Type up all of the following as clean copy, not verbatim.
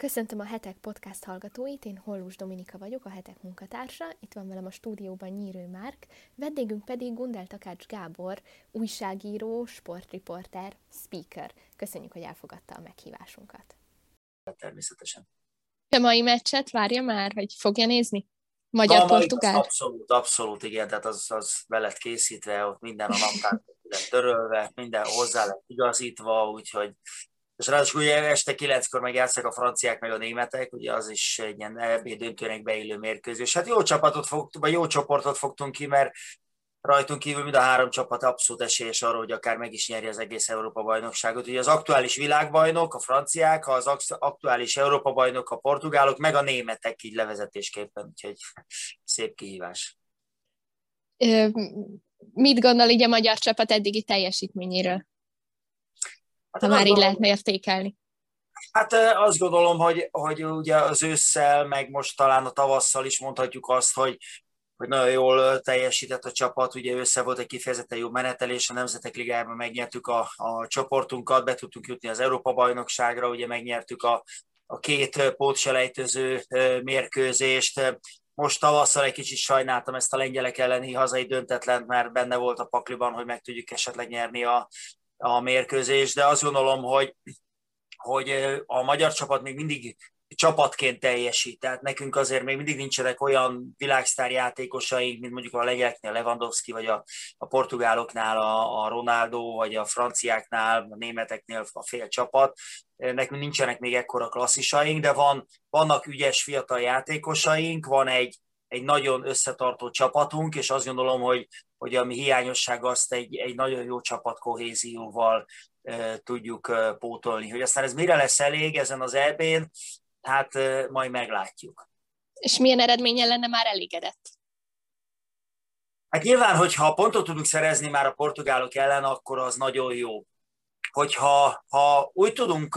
Köszöntöm a Hetek podcast hallgatóit, én Hollós Dominika vagyok, a Hetek munkatársa. Itt van velem a stúdióban Nyírő Márk, vendégünk pedig Gundel Takács Gábor, újságíró, sportriporter, speaker. Köszönjük, hogy elfogadta a meghívásunkat. Természetesen. A mai meccset várja már, vagy fogja nézni? Magyar-Portugál? Abszolút, igen, tehát az be lett készítve, ott minden a naptár lett törölve, minden hozzá lett igazítva, úgyhogy és ráadásul ugye este 9-kor megjátszák a franciák meg a németek, ugye az is egy ilyen EB döntőnek beillő mérkőzés. Hát jó csoportot fogtunk ki, mert rajtunk kívül mind a 3 csapat abszolút esélyes arra, hogy akár meg is nyerje az egész Európa-bajnokságot. Ugye az aktuális világbajnok, a franciák, az aktuális Európa-bajnok, a portugálok, meg a németek így levezetésképpen, úgyhogy szép kihívás. Mit gondol így a magyar csapat eddigi teljesítményéről? Ha már így lehetne értékelni. Hát azt gondolom, hogy ugye az ősszel, meg most talán a tavasszal is mondhatjuk azt, hogy nagyon jól teljesített a csapat. Ugye össze volt egy kifejezetten jó menetelés, a Nemzetek Ligájában megnyertük a csoportunkat, be tudtunk jutni az Európa-bajnokságra, ugye megnyertük a 2 pótselejtező mérkőzést. Most tavasszal egy kicsit sajnáltam ezt a lengyelek elleni hazai döntetlent, mert benne volt a pakliban, hogy meg tudjuk esetleg nyerni a mérkőzést, de azt gondolom, hogy a magyar csapat még mindig csapatként teljesít. Tehát nekünk azért még mindig nincsenek olyan világsztár játékosaink, mint mondjuk a lengyeleknél Lewandowski, vagy a portugáloknál a Ronaldo, vagy a franciáknál, a németeknél a fél csapat. Nekünk nincsenek még ekkora klasszisaink, de vannak ügyes fiatal játékosaink, van egy nagyon összetartó csapatunk, és azt gondolom, hogy a mi hiányosság azt egy nagyon jó csapat kohézióval tudjuk pótolni. Hogy aztán ez mire lesz elég ezen az EB-n, hát majd meglátjuk. És milyen eredménnyel lenne már elégedett? Hát nyilván, hogyha pontot tudunk szerezni már a portugálok ellen, akkor az nagyon jó. Hogyha úgy tudunk,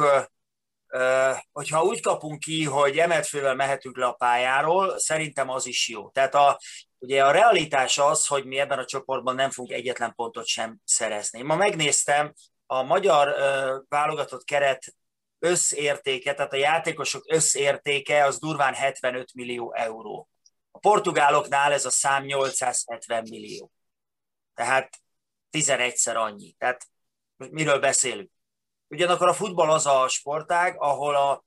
hogyha úgy kapunk ki, hogy emeltfővel mehetünk le a pályáról, szerintem az is jó. Tehát ugye a realitás az, hogy mi ebben a csoportban nem fogunk egyetlen pontot sem szerezni. Ma megnéztem a magyar válogatott keret összértéke, tehát a játékosok összértéke az durván 75 millió euró. A portugáloknál ez a szám 870 millió. Tehát 11-szer annyi. Tehát miről beszélünk? Ugyanakkor a futball az a sportág, ahol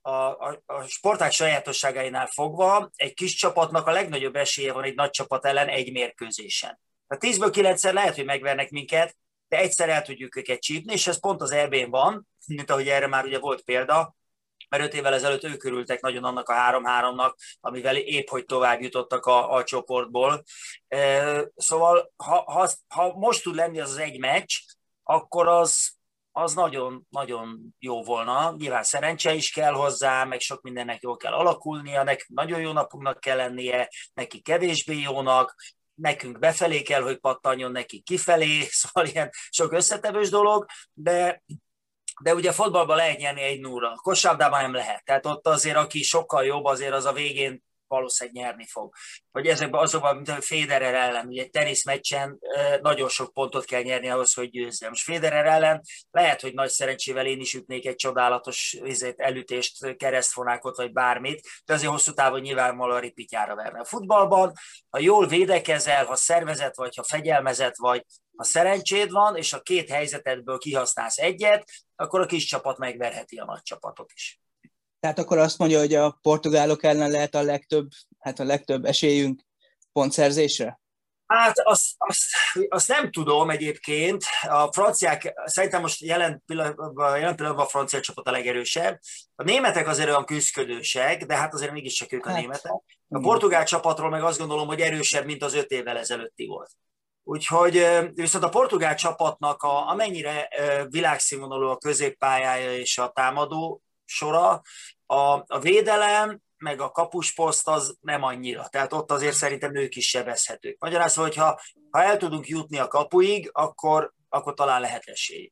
a sportág sajátosságainál fogva egy kis csapatnak a legnagyobb esélye van egy nagy csapat ellen egy mérkőzésen. Tehát 10-ből 9-szer lehet, hogy megvernek minket, de egyszer el tudjuk őket csípni, és ez pont az EB-n van, mint ahogy erre már ugye volt példa, mert 5 évvel ezelőtt ők örültek nagyon annak a 3-3-nak, amivel épp hogy tovább jutottak a csoportból. Szóval, ha most tud lenni az egy meccs, akkor az nagyon, nagyon jó volna. Nyilván szerencse is kell hozzá, meg sok mindennek jól kell alakulnia, nekünk nagyon jó napunknak kell lennie, neki kevésbé jónak, nekünk befelé kell, hogy pattanjon, neki kifelé, szóval ilyen sok összetevős dolog, de ugye fotballban lehet nyerni 1-0-ra, a kosárlabdában nem lehet. Tehát ott azért, aki sokkal jobb, azért az a végén valószínűleg nyerni fog. Vagy ezekben azokban, mint a Federer ellen, ugye egy teniszmeccsen nagyon sok pontot kell nyerni ahhoz, hogy győzzem. Most Federer ellen lehet, hogy nagy szerencsével én is ütnék egy csodálatos elütést, keresztfonákot, vagy bármit, de azért hosszú távon nyilvánvalóan ripityára verne. A futballban, ha jól védekezel, ha szervezett vagy, ha fegyelmezett vagy, ha szerencséd van, és a 2 helyzetedből kihasználsz egyet, akkor a kis csapat megverheti a nagy csapatot is. Tehát akkor azt mondja, hogy a portugálok ellen lehet a legtöbb esélyünk pontszerzésre? Hát azt nem tudom egyébként. A franciák, szerintem most jelen pillanatban a francia csapat a legerősebb. A németek azért olyan küzdködősek, de hát azért mégiscsak ők a németek. A portugál csapatról meg azt gondolom, hogy erősebb, mint az 5 évvel ezelőtti volt. Úgyhogy viszont a portugál csapatnak amennyire világszínvonalú a középpályája és a támadó sora, a védelem, meg a kapusposzt az nem annyira. Tehát ott azért szerintem ők is sebezhetők. Magyarázva, hogy ha el tudunk jutni a kapuig, akkor talán lehet esély.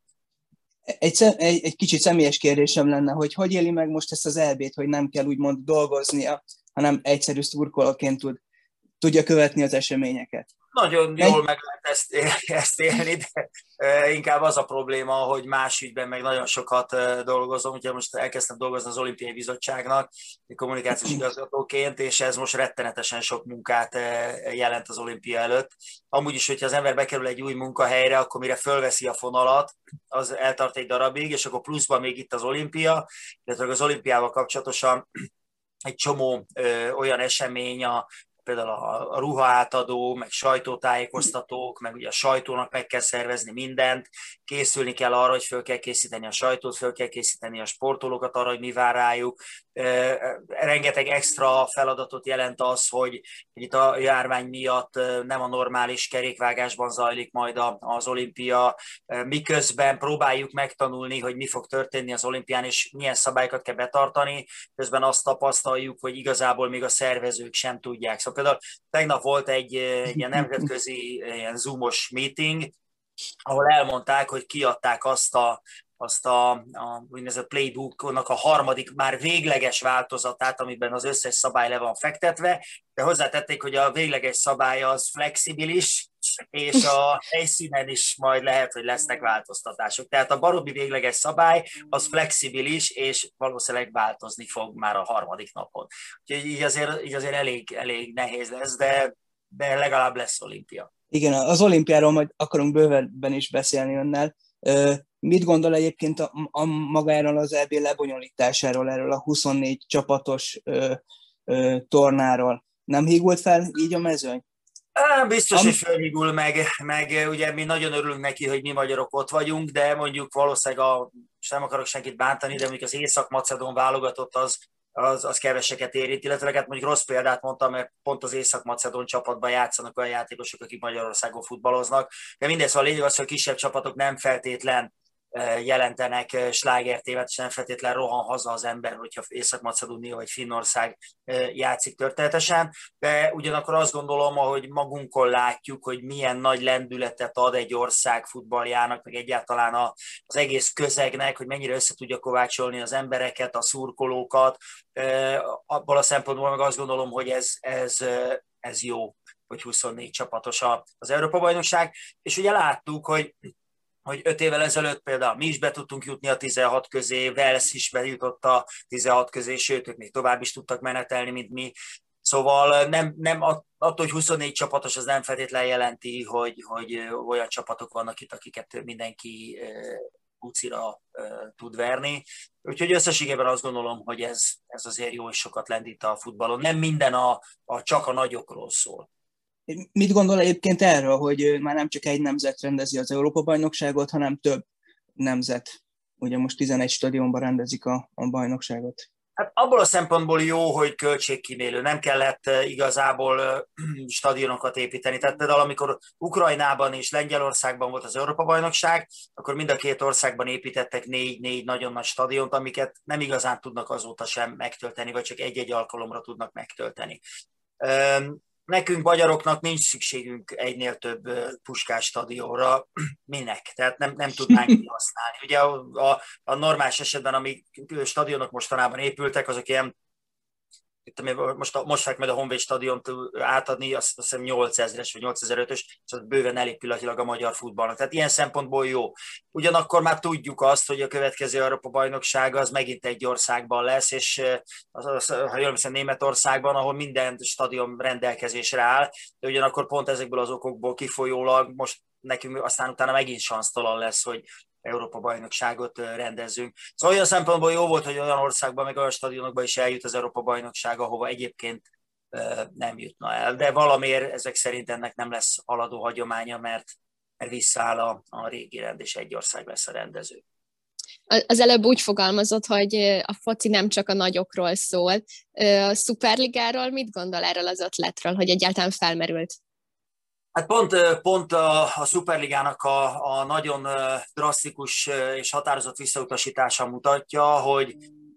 Egy kicsit személyes kérdésem lenne, hogy éli meg most ezt az EB-t, hogy nem kell úgymond dolgoznia, hanem egyszerű szurkolóként tudja követni az eseményeket. Nagyon jól meg lehet ezt élni, de inkább az a probléma, hogy más ügyben meg nagyon sokat dolgozom. Ugye most elkezdtem dolgozni az Olimpiai Bizottságnak kommunikációs igazgatóként, és ez most rettenetesen sok munkát jelent az olimpia előtt. Amúgy is, hogyha az ember bekerül egy új munkahelyre, akkor mire fölveszi a fonalat, az eltart egy darabig, és akkor pluszban még itt az olimpia, illetve az olimpiával kapcsolatosan egy csomó olyan esemény, például a ruhaátadó, meg sajtótájékoztatók, meg ugye a sajtónak meg kell szervezni mindent, készülni kell arra, hogy föl kell készíteni a sajtót, föl kell készíteni a sportolókat arra, hogy mi vár rájuk. Rengeteg extra feladatot jelent az, hogy itt a járvány miatt nem a normális kerékvágásban zajlik majd az olimpia, miközben próbáljuk megtanulni, hogy mi fog történni az olimpián, és milyen szabályokat kell betartani, közben azt tapasztaljuk, hogy igazából még a szervezők sem tudják. Szóval például tegnap volt egy ilyen nemzetközi ilyen zoomos meeting, ahol elmondták, hogy kiadták azt a úgynevezett playbooknak a harmadik, már végleges változatát, amiben az összes szabály le van fektetve, de hozzátették, hogy a végleges szabály az flexibilis, és a helyszínen is majd lehet, hogy lesznek változtatások. Tehát a baromi végleges szabály az flexibilis, és valószínűleg változni fog már a harmadik napon. Úgyhogy így azért elég nehéz lesz, de legalább lesz olimpia. Igen, az olimpiáról majd akarunk bővebben is beszélni önnel. Mit gondol egyébként a magáról az EB lebonyolításáról, erről a 24 csapatos tornáról? Nem hígult fel így a mezőny? Biztos, hogy felhígul meg ugye mi nagyon örülünk neki, hogy mi magyarok ott vagyunk, de mondjuk valószínűleg nem akarok senkit bántani, de mondjuk az észak-macedón válogatott az keveseket érint, illetve hát mondjuk rossz példát mondtam, mert pont az észak-macedón csapatban játszanak olyan játékosok, akik Magyarországon futballoznak, de mindez, szóval a lényeg az, hogy kisebb csapatok nem feltétlen jelentenek slágertévet, és nem feltétlen rohan haza az ember, hogyha Észak-Macedónia vagy Finnország játszik történetesen, de ugyanakkor azt gondolom, hogy magunkon látjuk, hogy milyen nagy lendületet ad egy ország futballjának, meg egyáltalán az egész közegnek, hogy mennyire össze tudja kovácsolni az embereket, a szurkolókat. Abból a szempontból meg azt gondolom, hogy ez jó, hogy 24 csapatos az Európa-bajnokság, és ugye láttuk, hogy 5 évvel ezelőtt például mi is be tudtunk jutni a 16 közé, Wales is bejutott a 16 közé, sőt, ők még tovább is tudtak menetelni, mint mi. Szóval nem attól, hogy 24 csapatos, az nem feltétlenül jelenti, hogy olyan csapatok vannak itt, akiket mindenki pucira tud verni. Úgyhogy összességében azt gondolom, hogy ez azért jó, és sokat lendít a futballon. Nem minden csak a nagyokról szól. Mit gondol egyébként erről, hogy már nem csak egy nemzet rendezi az Európa-bajnokságot, hanem több nemzet? Ugye most 11 stadionban rendezik a bajnokságot. Hát abból a szempontból jó, hogy költségkímélő. Nem kellett igazából stadionokat építeni. Tehát például amikor Ukrajnában és Lengyelországban volt az Európa-bajnokság, akkor mind a két országban építettek 4 nagyon nagy stadiont, amiket nem igazán tudnak azóta sem megtölteni, vagy csak egy-egy alkalomra tudnak megtölteni. Nekünk magyaroknak nincs szükségünk egynél több Puskás stadionra, minek? Tehát nem tudnánk kihasználni. Ugye a normális esetben, amik stadionok mostanában épültek, azok ilyen, most fog majd a Honvéd stadiont átadni, azt hiszem 8000-es vagy 8500-ös, és az bőven elég pillanatilag a magyar futballnak. Tehát ilyen szempontból jó. Ugyanakkor már tudjuk azt, hogy a következő Európa-bajnokság az megint egy országban lesz, és ha jól hiszem Németországban, ahol minden stadion rendelkezésre áll, de ugyanakkor pont ezekből az okokból kifolyólag most nekünk aztán utána megint sansztalan lesz, hogy Európa-bajnokságot rendezzünk. Szóval olyan szempontból jó volt, hogy olyan országban, meg olyan stadionokban is eljut az Európa-bajnokság, ahova egyébként nem jutna el. De valamiért ezek szerint ennek nem lesz haladó hagyománya, mert visszaáll a régi rend, és egy ország lesz a rendező. Az előbb úgy fogalmazott, hogy a foci nem csak a nagyokról szól. A szuperligáról mit gondol erről az ötletről, hogy egyáltalán felmerült? Hát pont a Szuperligának a nagyon drasztikus és határozott visszautasítása mutatja, hogy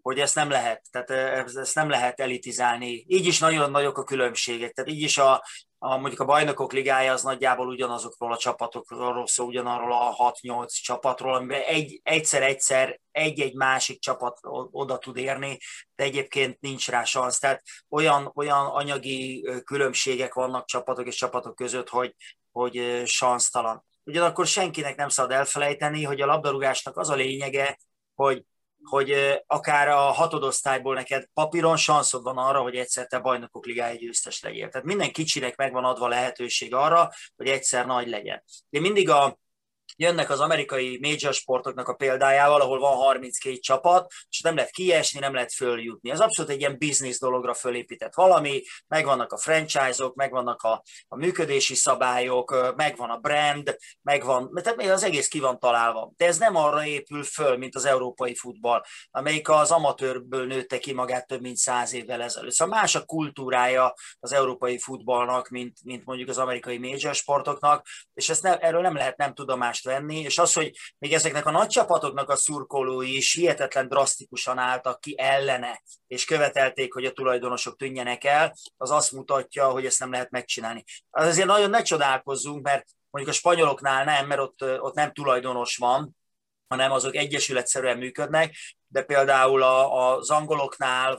hogy ezt nem lehet, tehát ezt nem lehet elitizálni. Így is nagyon nagyok a különbségek, tehát így is mondjuk a Bajnokok Ligája az nagyjából ugyanazokról a csapatokról szól, ugyanarról a 6-8 csapatról, amiben egyszer-egyszer egy-egy másik csapat oda tud érni, de egyébként nincs rá szansz. Tehát olyan anyagi különbségek vannak csapatok és csapatok között, hogy sansztalan. Ugyanakkor senkinek nem szabad elfelejteni, hogy a labdarúgásnak az a lényege, hogy akár a hatodosztályból neked papíron sanszod van arra, hogy egyszer te Bajnokok Ligája győztes legyél. Tehát minden kicsinek megvan adva lehetőség arra, hogy egyszer nagy legyen. Én mindig jönnek az amerikai major sportoknak a példájával, ahol van 32 csapat, és nem lehet kiesni, nem lehet följutni. Ez abszolút egy ilyen biznisz dologra fölépített valami, megvannak a franchise-ok, megvannak a működési szabályok, megvan a brand, tehát az egész ki van találva. De ez nem arra épül föl, mint az európai futball, amelyik az amatőrből nőtte ki magát több mint 100 évvel ezelőtt. Szóval más a kultúrája az európai futballnak, mint mondjuk az amerikai major sportoknak, és erről nem lehet nem tudomást venni, és az, hogy még ezeknek a nagy csapatoknak a szurkolói is hihetetlen drasztikusan álltak ki ellene, és követelték, hogy a tulajdonosok tűnjenek el, az azt mutatja, hogy ezt nem lehet megcsinálni. Azért nagyon ne csodálkozzunk, mert mondjuk a spanyoloknál nem, mert ott nem tulajdonos van, hanem azok egyesületszerűen működnek, de például az angoloknál,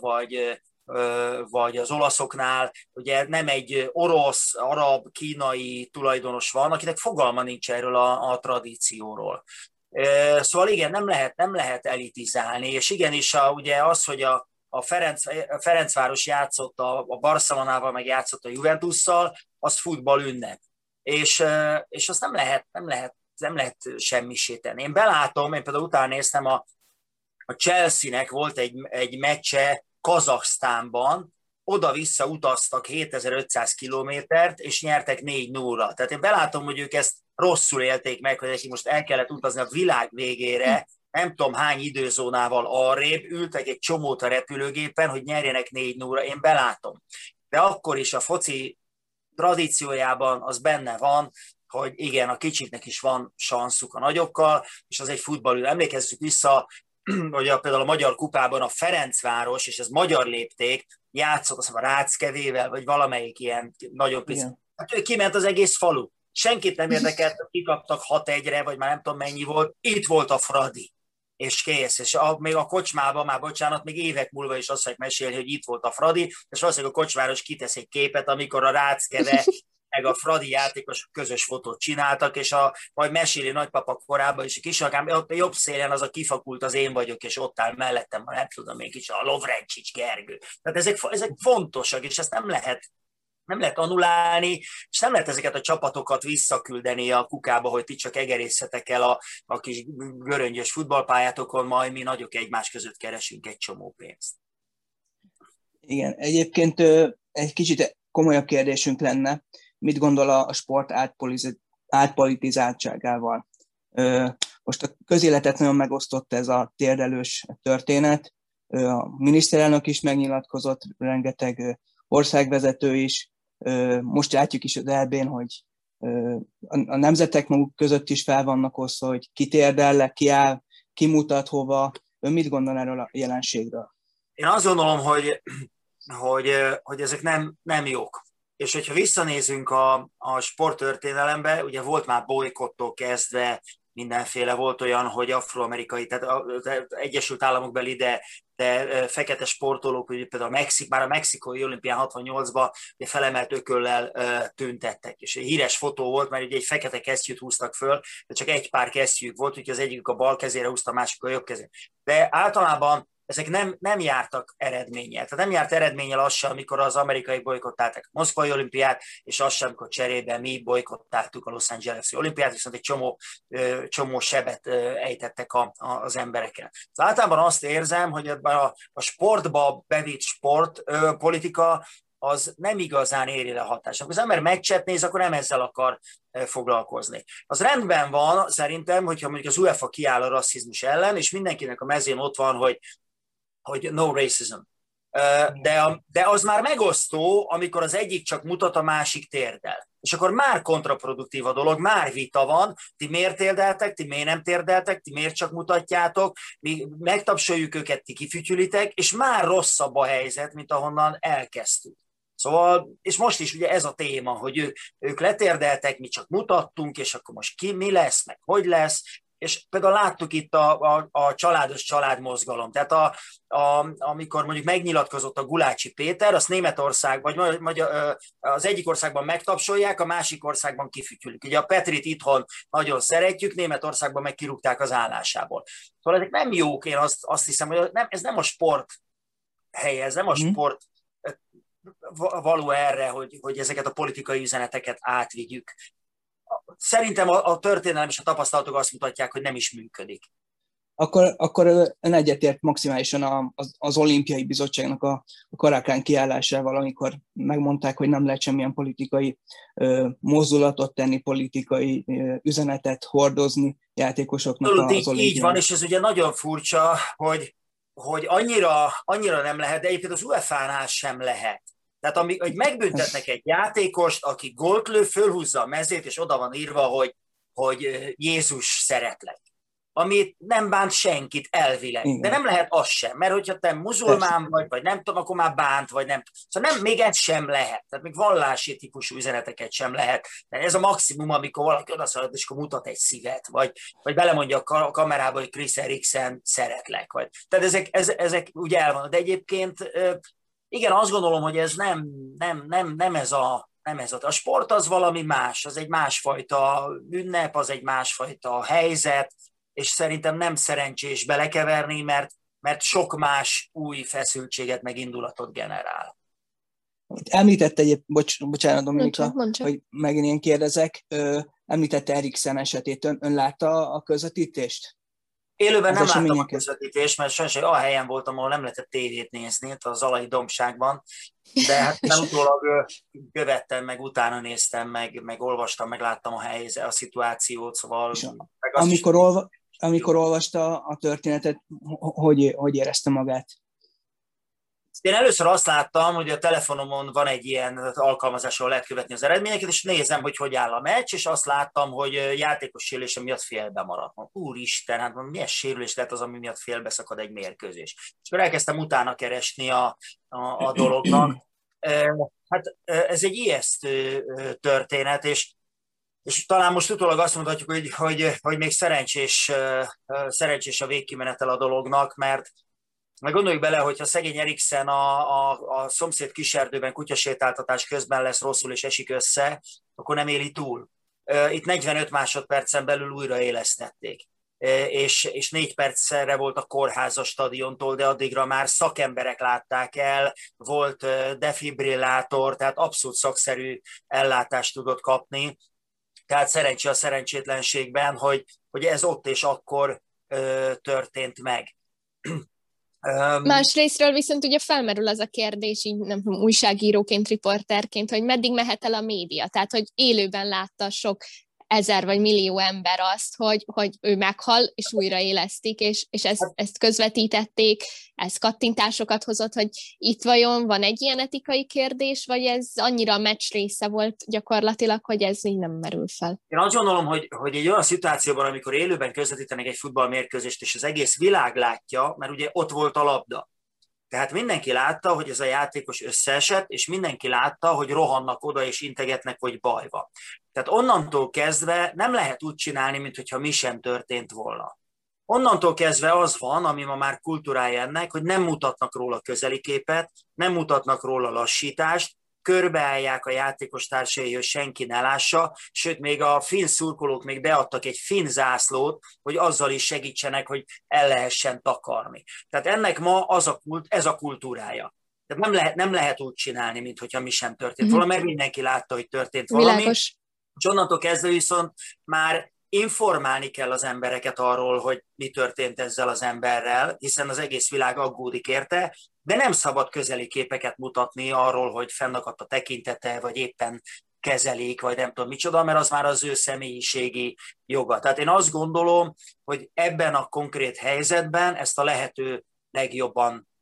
vagy az olaszoknál, ugye nem egy orosz, arab, kínai tulajdonos van, akinek fogalma nincs erről a tradícióról. Szóval igen, nem lehet elitizálni, és igenis ugye az, hogy a Ferencváros játszott a Barcelonával, meg játszott a Juventusszal, az futball ünnep. És azt nem lehet semmisíteni. Én például utána néztem a Chelsea-nek volt egy meccse Kazaksztánban, oda-vissza utaztak 7500 kilométert, és nyertek 4-0-ra. Tehát én belátom, hogy ők ezt rosszul élték meg, hogy neki most el kellett utazni a világ végére, nem tudom hány időzónával arrébb, ültek egy csomót a repülőgépen, hogy nyerjenek 4-0-ra. Én belátom. De akkor is a foci tradíciójában az benne van, hogy igen, a kicsiknek is van sanszuk a nagyokkal, és az egy futball. Emlékezzük vissza, hogy például a Magyar Kupában a Ferencváros, és ez magyar lépték, játszott azt a Ráckevével, vagy valamelyik ilyen nagyon pici. Hát ő kiment az egész falu. Senkit nem érdekelt, hogy kikaptak 6-1-re, vagy már nem tudom mennyi volt. Itt volt a Fradi. És kész. És még a kocsmában, már bocsánat, még évek múlva is azt fogják mesélni, hogy itt volt a Fradi, és valószínűleg a kocsmáros kitesz egy képet, amikor a Ráckeve meg a Fradi játékos közös fotót csináltak, és majd meséli nagypapa korában is, a kisakám, ott a jobb szélen az a kifakult, az én vagyok, és ott áll mellettem, nem tudom még kicsit, a Lovrencsics Gergő. Tehát ezek fontosak, és ezt nem lehet annulálni, és nem lehet ezeket a csapatokat visszaküldeni a kukába, hogy ti csak egerészetek el a kis göröngyös futballpályátokon, majd mi nagyok egymás között keresünk egy csomó pénzt. Igen, egyébként egy kicsit komolyabb kérdésünk lenne, mit gondol a sport átpolitizáltságával? Most a közéletet nagyon megosztott ez a térdelős történet, a miniszterelnök is megnyilatkozott, rengeteg országvezető is, most látjuk is az EB-n, hogy a nemzetek maguk között is fel vannak osztva, hogy ki térdel le, ki áll, ki mutat hova. Ön mit gondol erről a jelenségről? Én azt gondolom, hogy ezek nem jók. És hogyha visszanézünk a sporttörténelembe, ugye volt már bolykottól kezdve, mindenféle volt olyan, hogy afroamerikai, tehát Egyesült Államokbeli, de fekete sportolók, ugye például már a mexikói olimpián 68-ban felemelt ököllel tüntettek. És egy híres fotó volt, mert ugye egy fekete kesztyűt húztak föl, de csak egy pár kesztyűk volt, úgyhogy az egyik a bal kezére húzta, a másik a jobb kezére. De általában ezek nem jártak eredménnyel. Tehát nem járt eredménnyel az sem, amikor az amerikai bolykottálták a moszkvai olimpiát, és az sem, amikor cserébe mi bolykottáltuk a Los Angeles-i olimpiát, viszont egy csomó sebet ejtettek az embereken. Tehát általában azt érzem, hogy ebben a sportba bevitt sportpolitika az nem igazán éri le hatást. Amikor az ember meccset néz, akkor nem ezzel akar foglalkozni. Az rendben van, szerintem, hogyha mondjuk az UEFA kiáll a rasszizmus ellen, és mindenkinek a mezén ott van, hogy no racism. De az már megosztó, amikor az egyik csak mutat, a másik térdel. És akkor már kontraproduktív a dolog, már vita van, ti miért térdeltek, ti miért nem térdeltek, ti miért csak mutatjátok, mi megtapsoljuk őket, ti kifütyülitek, és már rosszabb a helyzet, mint ahonnan elkezdtük. Szóval, és most is ugye ez a téma, hogy ők letérdeltek, mi csak mutattunk, és akkor most mi lesz, meg hogy lesz, és például láttuk itt a családos családmozgalom, tehát amikor mondjuk megnyilatkozott a Gulácsi Péter, azt Németország, vagy az egyik országban megtapsolják, a másik országban kifütyülik. Ugye a Petrit itthon nagyon szeretjük, Németországban meg kirúgták az állásából. Szóval ezek nem jók, én azt hiszem, hogy ez nem a sport helye, ez nem a sport való erre, hogy ezeket a politikai üzeneteket átvigyük. Szerintem a történelem és a tapasztalatok azt mutatják, hogy nem is működik. Akkor ön egyetért maximálisan az olimpiai bizottságnak a Karakán kiállásával, amikor megmondták, hogy nem lehet semmilyen politikai mozdulatot tenni, politikai üzenetet hordozni játékosoknak az olimpián. Így van, és ez ugye nagyon furcsa, hogy annyira nem lehet, de egyébként az UEFA-nál sem lehet. Tehát hogy megbüntetnek egy játékost, aki gólt lő, fölhúzza a mezét, és oda van írva, hogy Jézus szeretlek. Amit nem bánt senkit elvileg. Igen. De nem lehet az sem, mert hogyha te muzulmán vagy nem tudom, akkor már bánt, vagy nem tudom. Szóval még ez sem lehet. Tehát még vallási típusú üzeneteket sem lehet. De ez a maximum, amikor valaki odaszalad, és akkor mutat egy szívet, vagy belemondja a kamerába, hogy Chris Eriksen szeretlek. Tehát ezek ugye elvannak. De egyébként igen, azt gondolom, hogy ez nem ez a sport az valami más, az egy másfajta ünnep, az egy másfajta helyzet, és szerintem nem szerencsés belekeverni, mert sok más új feszültséget meg indulatot generál. Említette bocsánat Dominika, hogy megint én kérdezek, említette Eriksen esetét, ön látta a közvetítést? Élőben nem láttam a közvetítést, mert sajnos a helyen voltam, ahol nem lehetett tévét nézni, az Zalai Dombságban, de hát nem utólag követtem, meg utána néztem, meg olvastam, meg láttam a szituációt, szóval... Amikor olvasta a történetet, hogy érezte magát? Én először azt láttam, hogy a telefonomon van egy ilyen alkalmazás, ahol lehet követni az eredményeket, és nézem, hogy áll a meccs, és azt láttam, hogy játékos sérülése miatt félbe maradt. Úristen, hát milyen sérülés lehet az, ami miatt félbeszakad egy mérkőzés. És akkor elkezdtem utána keresni a dolognak. Hát ez egy ijesztő történet, és talán most utólag azt mondhatjuk, hogy még szerencsés a végkimenetel a dolognak, mert meg gondoljuk bele, hogyha szegény Eriksen a szomszéd kiserdőben kutyasétáltatás közben lesz rosszul és esik össze, akkor nem éli túl. Itt 45 másodpercen belül újraélesztették. És 4 percre volt a kórház a stadiontól, de addigra már szakemberek látták el, volt defibrillátor, tehát abszolút szakszerű ellátást tudott kapni. Tehát szerencsé a szerencsétlenségben, hogy ez ott és akkor történt meg. Másrésztről viszont ugye felmerül az a kérdés, így nem tudom, újságíróként, riporterként, hogy meddig mehet el a média. Tehát, hogy élőben látta sok ezer vagy millió ember azt, hogy ő meghal, és újraélesztik, és ezt közvetítették, ez kattintásokat hozott, hogy itt vajon van egy ilyen etikai kérdés, vagy ez annyira a meccs része volt gyakorlatilag, hogy ez így nem merül fel. Én azt gondolom, hogy egy olyan szituációban, amikor élőben közvetítenek egy futballmérkőzést, és az egész világ látja, mert ugye ott volt a labda. Tehát mindenki látta, hogy ez a játékos összeesett, és mindenki látta, hogy rohannak oda, és integetnek, hogy baj van. Tehát onnantól kezdve nem lehet úgy csinálni, mintha mi sem történt volna. Onnantól kezdve az van, ami ma már kultúrája ennek, hogy nem mutatnak róla közeli képet, nem mutatnak róla lassítást, körbeállják a játékos társai, hogy senki ne lássa, sőt, még a finn szurkolók még beadtak egy finn zászlót, hogy azzal is segítsenek, hogy el lehessen takarni. Tehát ennek ma ez a kultúrája. Tehát nem lehet úgy csinálni, mintha mi sem történt volna, mert mindenki látta, hogy történt valami. Világos. És onnantól kezdve viszont már informálni kell az embereket arról, hogy mi történt ezzel az emberrel, hiszen az egész világ aggódik érte, de nem szabad közeli képeket mutatni arról, hogy fennakadt a tekintete, vagy éppen kezelik, vagy nem tudom micsoda, mert az már az ő személyiségi joga. Tehát én azt gondolom, hogy ebben a konkrét helyzetben ezt a lehető legjobban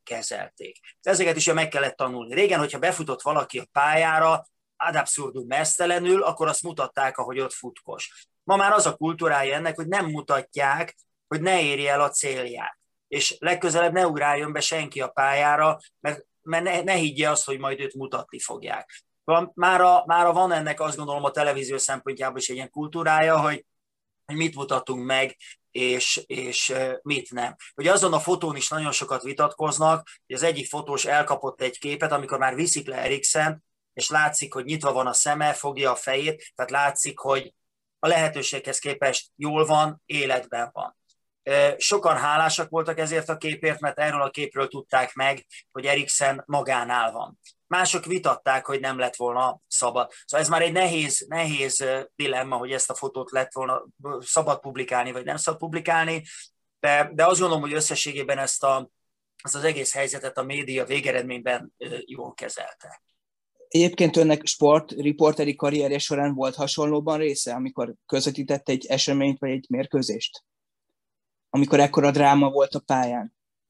kezelték. Ezeket is meg kellett tanulni. Régen, hogyha befutott valaki a pályára, ad abszurdum mesztelenül, akkor azt mutatták, ahogy ott futkos. Ma már az a kultúrája ennek, hogy nem mutatják, hogy ne érje el a célját. És legközelebb ne ugráljon be senki a pályára, mert ne higgye azt, hogy majd őt mutatni fogják. Mára van ennek, azt gondolom, a televízió szempontjából is egy ilyen kultúrája, hogy mit mutatunk meg, és mit nem. Ugye azon a fotón is nagyon sokat vitatkoznak, hogy az egyik fotós elkapott egy képet, amikor már viszik le Eriksen, és látszik, hogy nyitva van a szeme, fogja a fejét, tehát látszik, hogy a lehetőséghez képest jól van, életben van. Sokan hálásak voltak ezért a képért, mert erről a képről tudták meg, hogy Eriksen magánál van. Mások vitatták, hogy nem lett volna szabad. Szóval ez már egy nehéz dilemma, hogy ezt a fotót lett volna szabad publikálni, vagy nem szabad publikálni, de azt gondolom, hogy összességében ezt az egész helyzetet a média végeredményben jól kezelte. Egyébként önnek sportriporteri karrierje során volt hasonlóban része, amikor közvetített egy eseményt vagy egy mérkőzést? Amikor ekkora dráma volt a pályán?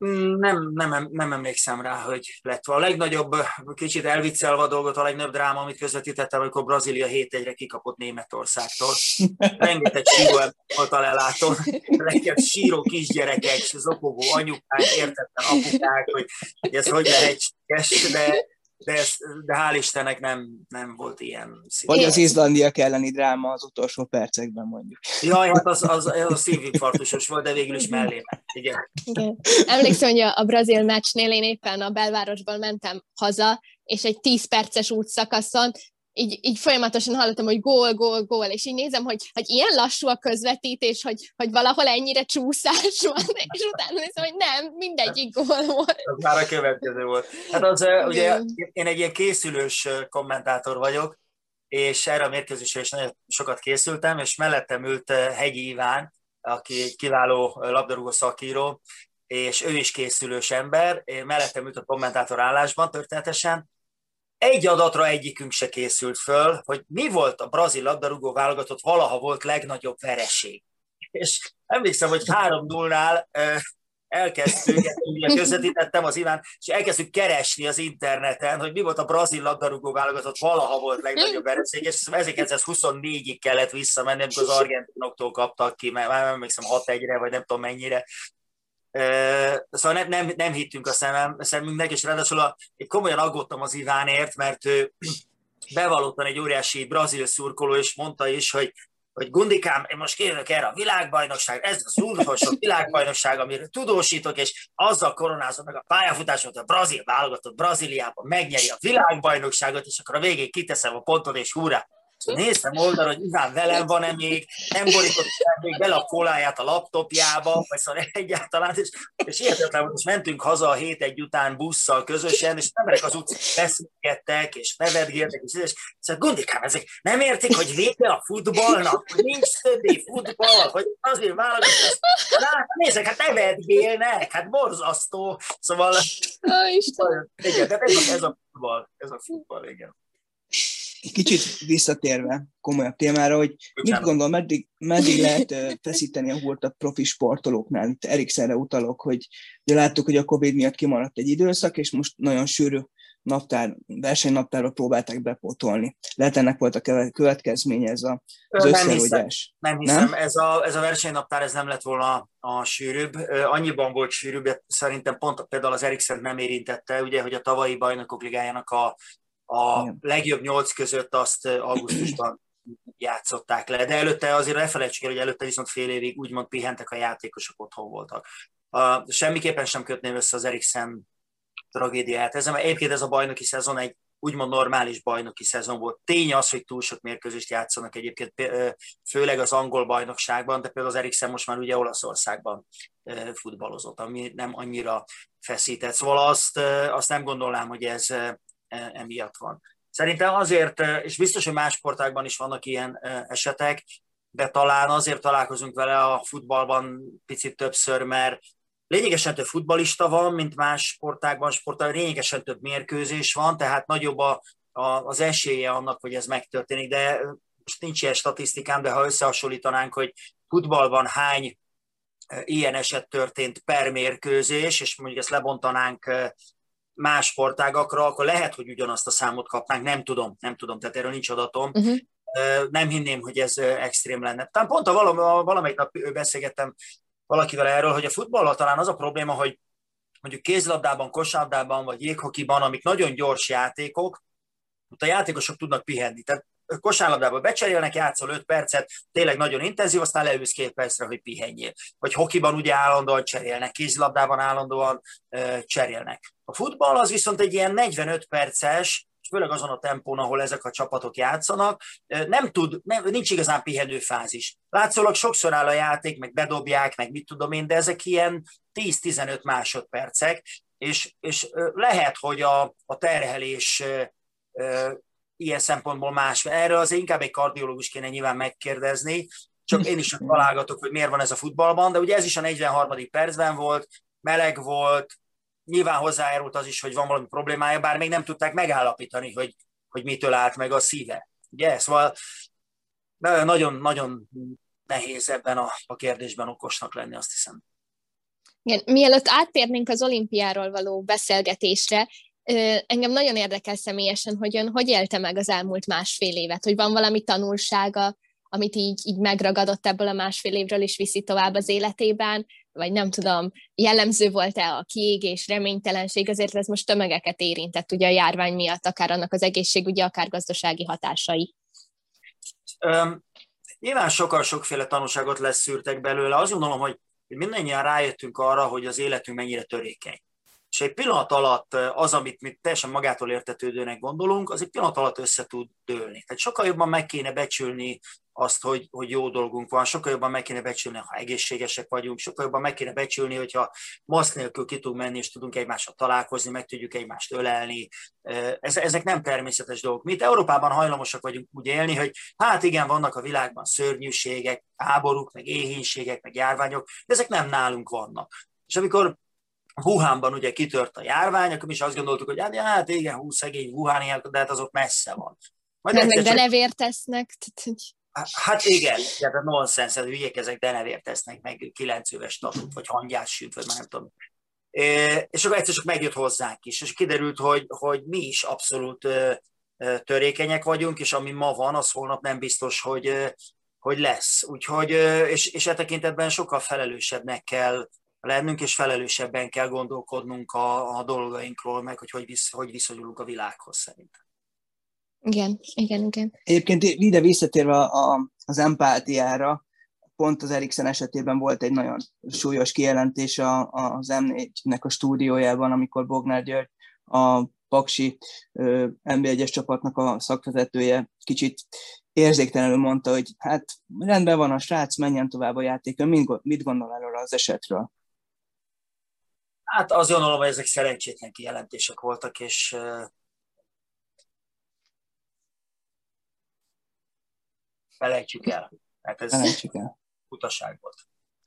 Nem emlékszem rá, hogy lett volna. A legnagyobb, kicsit elviccelve a dolgot, a legnagyobb dráma, amit közvetítettem, amikor Brazília 7-1-re kikapott Németországtól. Rengeteg síró volt a lelátón, rengeteg síró kisgyerekek, zokogó anyukák, értetlen apukák, hogy ez hogy lehetséges, de hál' Istennek nem volt ilyen szív. Vagy az Izlandia elleni dráma az utolsó percekben, mondjuk. Jaj, hát az a szívinfarktusos volt, de végül is mellé ment. Igen. Emlékszem, hogy a brazil meccsnél én éppen a belvárosból mentem haza, és egy 10 perces útszakaszon így folyamatosan hallottam, hogy gól, és így nézem, hogy ilyen lassú a közvetítés, hogy valahol ennyire csúszás van, és utána nézem, hogy nem, mindegyik gól volt. Az már a következő volt. Hát ugye én egy ilyen készülős kommentátor vagyok, és erre a mérkőzésre is nagyon sokat készültem, és mellettem ült Hegyi Iván, aki egy kiváló labdarúgó szakíró, és ő is készülős ember, mellettem ült a kommentátor állásban történetesen. Egy adatra egyikünk se készült föl, hogy mi volt a brazil labdarúgó válogatott valaha volt legnagyobb vereség. És emlékszem, hogy 3-0-nál elkezdtük, közvetítettem az Iván, és elkezdtük keresni az interneten, hogy mi volt a brazil labdarúgó válogatott valaha volt legnagyobb vereség, és 1924-ig kellett visszamenni, amikor az argentinoktól kaptak ki, mert már emlékszem 6-1-re, vagy nem tudom mennyire. Szóval nem hittünk a szemünknek, és ráadásul komolyan aggódtam az Ivánért, mert ő bevallottan egy óriási brazil szurkoló, és mondta is, hogy Gundikám, én most kérlek erre a világbajnokság, ez az utolsó világbajnokság, amiről tudósítok, és azzal koronázom meg a pályafutásomat, a brazil válogatott Brazíliában megnyeri a világbajnokságot, és akkor a végén kiteszem a pontot, és hurrá! Szóval néztem oldalra, hogy Iván velem van-e még, nem borított még bele a kóláját a laptopjába, vagy szóval egyáltalán, és hihetetlen volt, és mentünk haza a 7-1 után busszal közösen, és emberek az utcán beszélgettek, és nevetgéltek, és szóval Gundikám, ezek nem értik, hogy vége a futballnak, hogy nincs többé futball, hogy azért válogatott, nézzek, hát nevetgélnek, hát borzasztó, szóval igen, de ez a futball, igen. Kicsit visszatérve komolyabb témára, hogy mit gondol, meddig lehet feszíteni a húrt a profi sportolóknál? Itt Eriksenre utalok, hogy láttuk, hogy a Covid miatt kimaradt egy időszak, és most nagyon sűrű versenynaptárba próbálták bepótolni. Lehet ennek volt a következménye ez az összerogyás? Nem hiszem. Ez a versenynaptár ez nem lett volna a sűrűbb. Annyiban volt sűrűbb, szerintem pont például az Eriksent nem érintette, ugye, hogy a tavalyi Bajnokok Ligájának a legjobb 8 között azt augusztusban játszották le, de előtte azért ne felejtsük el, hogy előtte viszont fél évig úgymond pihentek a játékosok, otthon voltak. Semmiképpen sem kötném össze az Eriksen tragédiát. Egyébként ez a bajnoki szezon egy úgymond normális bajnoki szezon volt. Tény az, hogy túl sok mérkőzést játszanak egyébként, főleg az angol bajnokságban, de például az Eriksen most már ugye Olaszországban futballozott, ami nem annyira feszített. Szóval azt nem gondolnám, hogy ez emiatt van. Szerintem azért, és biztos, hogy más sportágban is vannak ilyen esetek, de talán azért találkozunk vele a futballban picit többször, mert lényegesen több futballista van, mint más sportágban, lényegesen több mérkőzés van, tehát nagyobb az esélye annak, hogy ez megtörténik, de most nincs ilyen statisztikám, de ha összehasonlítanánk, hogy futballban hány ilyen eset történt per mérkőzés, és mondjuk ezt lebontanánk más sportágakra, akkor lehet, hogy ugyanazt a számot kapnánk, nem tudom, tehát erről nincs adatom. Nem hinném, hogy ez extrém lenne. Talán pont valamelyik nap beszélgettem valakivel erről, hogy a futballal talán az a probléma, hogy mondjuk kézilabdában, kosárlabdában vagy jéghokiban, amik nagyon gyors játékok, ott a játékosok tudnak pihenni. Tehát kosárlabdában becserélnek, játszol 5 percet, tényleg nagyon intenzív, aztán leülsz 2 percre, hogy pihenjél. Vagy hokiban ugye állandóan cserélnek, kézilabdában állandóan cserélnek. A futball az viszont egy ilyen 45 perces, és főleg azon a tempón, ahol ezek a csapatok játszanak, nincs igazán pihenő fázis. Látszólag sokszor áll a játék, meg bedobják, meg mit tudom én, de ezek ilyen 10-15 másodpercek, és lehet, hogy a terhelés ilyen szempontból más. Erről azért inkább egy kardiológus kéne nyilván megkérdezni, csak én is csak találgatok, hogy miért van ez a futballban, de ugye ez is a 43. percben volt, meleg volt, nyilván hozzájárult az is, hogy van valami problémája, bár még nem tudták megállapítani, hogy mitől állt meg a szíve. Ugye? Szóval nagyon nehéz ebben a kérdésben okosnak lenni, azt hiszem. Igen, mielőtt áttérnénk az olimpiáról való beszélgetésre, engem nagyon érdekel személyesen, hogy ön hogy élte meg az elmúlt másfél évet, hogy van valami tanulsága, amit így megragadott ebből a másfél évről, és viszi tovább az életében, vagy nem tudom, jellemző volt-e a kiégés, reménytelenség, azért ez most tömegeket érintett ugye a járvány miatt, akár annak az egészségügyi, akár gazdasági hatásai. Nyilván sokféle tanulságot leszűrtek belőle. Azt gondolom, hogy mindannyian rájöttünk arra, hogy az életünk mennyire törékeny. És egy pillanat alatt az, amit mi teljesen magától értetődőnek gondolunk, az egy pillanat alatt össze tud dőlni. Tehát sokkal jobban meg kéne becsülni azt, hogy jó dolgunk van, sokkal jobban meg kéne becsülni, ha egészségesek vagyunk, sokkal jobban meg kéne becsülni, hogyha maszk nélkül ki tudunk menni, és tudunk egymással találkozni, meg tudjuk egymást ölelni. Ezek nem természetes dolgok. Mi itt Európában hajlamosak vagyunk úgy élni, hogy hát igen, vannak a világban szörnyűségek, háborúk, meg éhínségek, meg járványok, de ezek nem nálunk vannak. És amikor Wuhanban ugye kitört a járvány, akkor mi is azt gondoltuk, hogy hát igen, szegény Wuhaniak, de hát azok messze van. Meg denevért tesznek. Hát igen, tehát nonsens, hülyék ezek, denevért tesznek, meg 9 éves statút, vagy hangyás süt, vagy már nem tudom. És akkor egyszer csak megjött hozzánk is, és kiderült, hogy mi is abszolút törékenyek vagyunk, és ami ma van, az holnap nem biztos, hogy lesz. Úgyhogy, és e tekintetben sokkal felelősebbnek kell lennünk, és felelősebben kell gondolkodnunk a dolgainkról, meg hogy viszonyulunk a világhoz szerintem. Igen. Egyébként ide visszatérve az empátiára, pont az Eriksen esetében volt egy nagyon súlyos kijelentés az M4-nek a stúdiójában, amikor Bognár György, a Paksi NB1-es csapatnak a szakvezetője kicsit érzéktelenül mondta, hogy hát rendben van a srác, menjen tovább a játékon. Mit gondol erről az esetről? Hát azt gondolom, hogy ezek szerencsétlen kijelentések voltak, és felejtsük el. Hát ez utaság volt.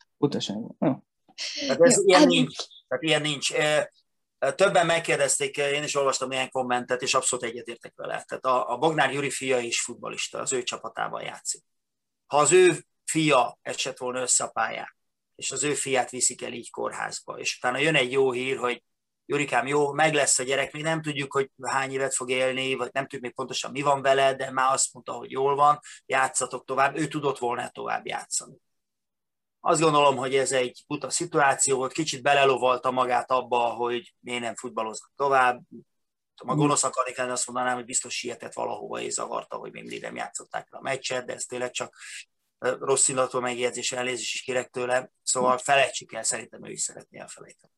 Tehát ez ilyen nincs. Többen megkérdezték, én is olvastam ilyen kommentet, és abszolút egyetértek vele. Tehát a Bognár Gyuri fia is futballista, az ő csapatában játszik. Ha az ő fia esett volna össze a pályán, és az ő fiát viszik el így kórházba, és utána jön egy jó hír, hogy Jurikám, jó, meg lesz a gyerek, még nem tudjuk, hogy hány évet fog élni, vagy nem tudjuk még pontosan mi van vele, de már azt mondta, hogy jól van, játszatok tovább, ő tudott volna tovább játszani. Azt gondolom, hogy ez egy buta szituáció volt, kicsit belelovalta magát abba, hogy én nem futballoznak tovább. Ha gonosz akarnék lenni, azt mondanám, hogy biztos sietett valahova és zavarta, hogy még mindig nem játszották le a meccset, de ez tényleg csak rossz illatú megjegyzés, elnézést is kérek tőle, szóval felejtsük el, szerintem ő is szeretné elfelejteni.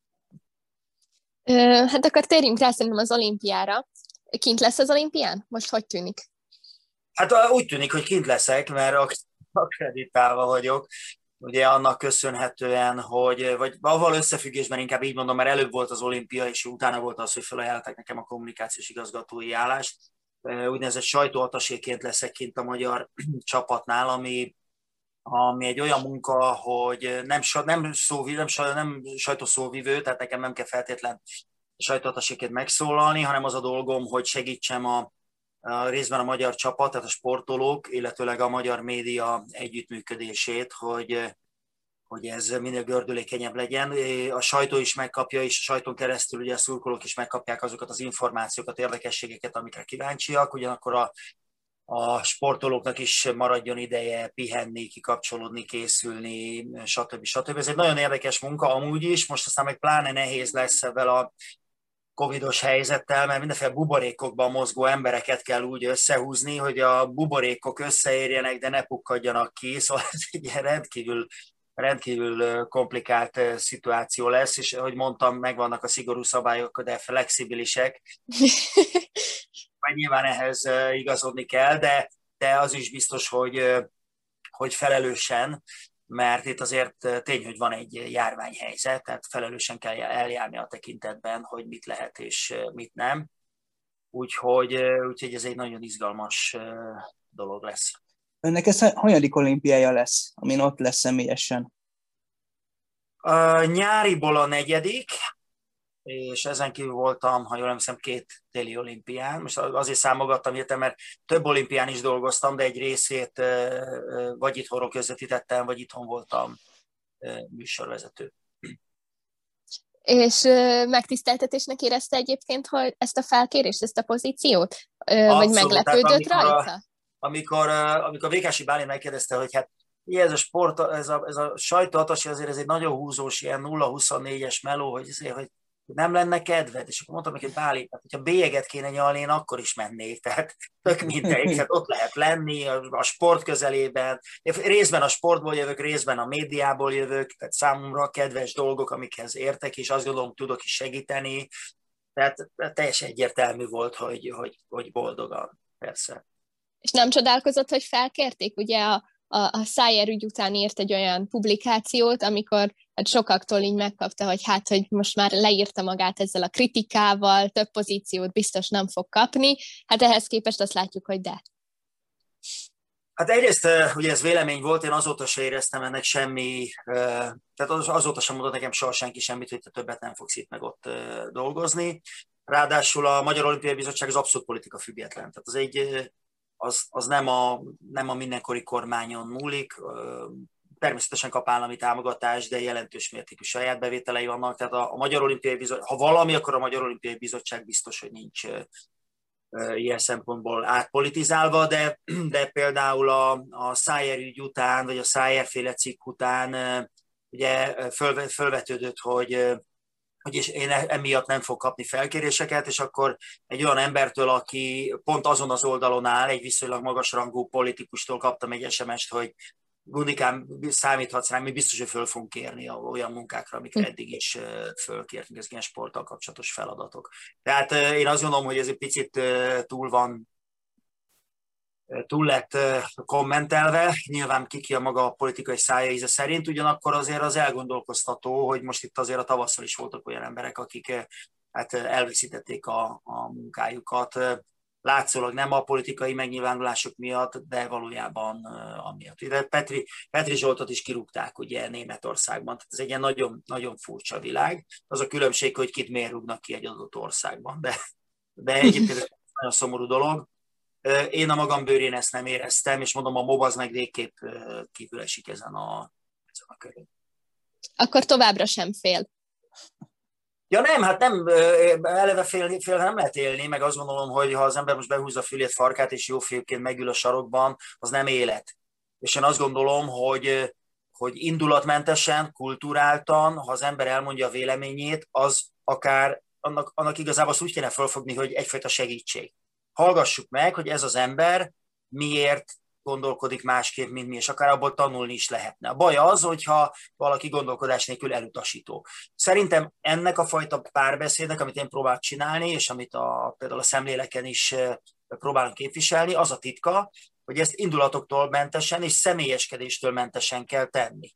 Hát akkor térjünk rá szerintem az olimpiára. Kint lesz az olimpián? Most hogy tűnik? Hát úgy tűnik, hogy kint leszek, mert akkreditálva vagyok. Ugye annak köszönhetően, vagy avval összefüggésben inkább így mondom, mert előbb volt az olimpia, és utána volt az, hogy felajánlották nekem a kommunikációs igazgatói állást. Úgynevezett sajtóataséként leszek kint a magyar csapatnál, ami egy olyan munka, hogy nem sajtószóvivő, tehát nekem nem kell feltétlen sajtóataséként megszólalni, hanem az a dolgom, hogy segítsem a részben a magyar csapat, tehát a sportolók, illetőleg a magyar média együttműködését, hogy hogy ez minél gördülékenyebb legyen. A sajtó is megkapja, és a sajton keresztül ugye a szurkolók is megkapják azokat az információkat, érdekességeket, amikre kíváncsiak, ugyanakkor a sportolóknak is maradjon ideje pihenni, kikapcsolódni, készülni, stb. Stb. Ez egy nagyon érdekes munka amúgy is, most aztán meg pláne nehéz lesz ebben a covidos helyzettel, mert mindenféle buborékokban mozgó embereket kell úgy összehúzni, hogy a buborékok összeérjenek, de ne pukkadjanak ki, szóval ez egy rendkívül komplikált szituáció lesz, és ahogy mondtam, megvannak a szigorú szabályok, de flexibilisek. Majd nyilván ehhez igazodni kell, de az is biztos, hogy felelősen, mert itt azért tény, hogy van egy járványhelyzet, tehát felelősen kell eljárni a tekintetben, hogy mit lehet és mit nem. Úgyhogy ez egy nagyon izgalmas dolog lesz. Önnek ez hanyadik olimpiája lesz, amin ott lesz személyesen? Nyáriból a 4., és ezen kívül voltam, ha jól emlékszem, 2 téli olimpián. Most azért számogattam értem, mert több olimpián is dolgoztam, de egy részét vagy itthonról közvetítettem, vagy itthon voltam műsorvezető. És megtiszteltetésnek érezte egyébként, hogy ezt a felkérést, ezt a pozíciót? Abszolút, vagy meglepődött rajta? Amikor Vékási Bálint megkérdezte, hogy hát ez a sport, ez a sajtóatasi azért ez egy nagyon húzós, ilyen 0-24-es meló, hogy nem lenne kedved, és akkor mondtam neki, hogy Bálint, hát, hogyha bélyeget kéne nyalni, én akkor is mennék, tehát tök mindegy, tehát ott lehet lenni a sport közelében, részben a sportból jövök, részben a médiából jövök, tehát számomra kedves dolgok, amikhez értek, és azt gondolom, tudok is segíteni, tehát teljesen egyértelmű volt, hogy boldogan, persze. És nem csodálkozott, hogy felkérték? Ugye a Szájer ügy után írt egy olyan publikációt, amikor hát sokaktól így megkapta, hogy most már leírta magát ezzel a kritikával, több pozíciót biztos nem fog kapni. Hát ehhez képest azt látjuk, hogy de. Hát egyrészt, ugye ez vélemény volt, én azóta se éreztem ennek semmi, tehát azóta sem mondott nekem soha senki semmit, hogy te többet nem fogsz itt meg ott dolgozni. Ráadásul a Magyar Olimpiai Bizottság az abszolút politika független. Tehát az nem a mindenkori kormányon múlik, természetesen kap állami támogatást, de jelentős mértékű saját bevételei vannak. Tehát a Magyar Olimpiai Bizottság, ha valami, akkor a Magyar Olimpiai Bizottság biztos, hogy nincs ilyen szempontból átpolitizálva, de például a Szájer ügy után, vagy a Szájer féle cikk után ugye fölvetődött, hogy én emiatt nem fog kapni felkéréseket, és akkor egy olyan embertől, aki pont azon az oldalon áll, egy viszonylag magasrangú politikustól kaptam egy SMS-t, hogy Gundikám, számíthatsz rám, mi biztos, hogy föl fogunk kérni olyan munkákra, amikre eddig is fölkértünk, ez ilyen sporttal kapcsolatos feladatok. Tehát én azt gondolom, hogy ez egy picit túl lett kommentelve, nyilván ki a maga politikai szája íze szerint, ugyanakkor azért az elgondolkoztató, hogy most itt azért a tavasszal is voltak olyan emberek, akik hát elveszítették a munkájukat. Látszólag nem a politikai megnyilvánulások miatt, de valójában amiatt. De Petri Zsoltot is kirúgták ugye Németországban, tehát ez egy ilyen nagyon, nagyon furcsa világ. Az a különbség, hogy kit miért rúgnak ki egy adott országban, de egyébként ez nagyon szomorú dolog. Én a magam bőrén ezt nem éreztem, és mondom, a MOB az meg végképp kívül esik ezen a körön. Akkor továbbra sem fél. Ja nem, hát nem, eleve fél nem lehet élni, meg azt gondolom, hogy ha az ember most behúzza a fülét, farkát, és jó félként megül a sarokban, az nem élet. És én azt gondolom, hogy indulatmentesen, kulturáltan, ha az ember elmondja a véleményét, az akár annak igazából azt úgy kéne felfogni, hogy egyfajta segítség. Hallgassuk meg, hogy ez az ember miért gondolkodik másképp, mint mi, és akár abból tanulni is lehetne. A baj az, hogyha valaki gondolkodás nélkül elutasító. Szerintem ennek a fajta párbeszédnek, amit én próbálok csinálni, és amit például a szemléleken is próbálunk képviselni, az a titka, hogy ezt indulatoktól mentesen és személyeskedéstől mentesen kell tenni.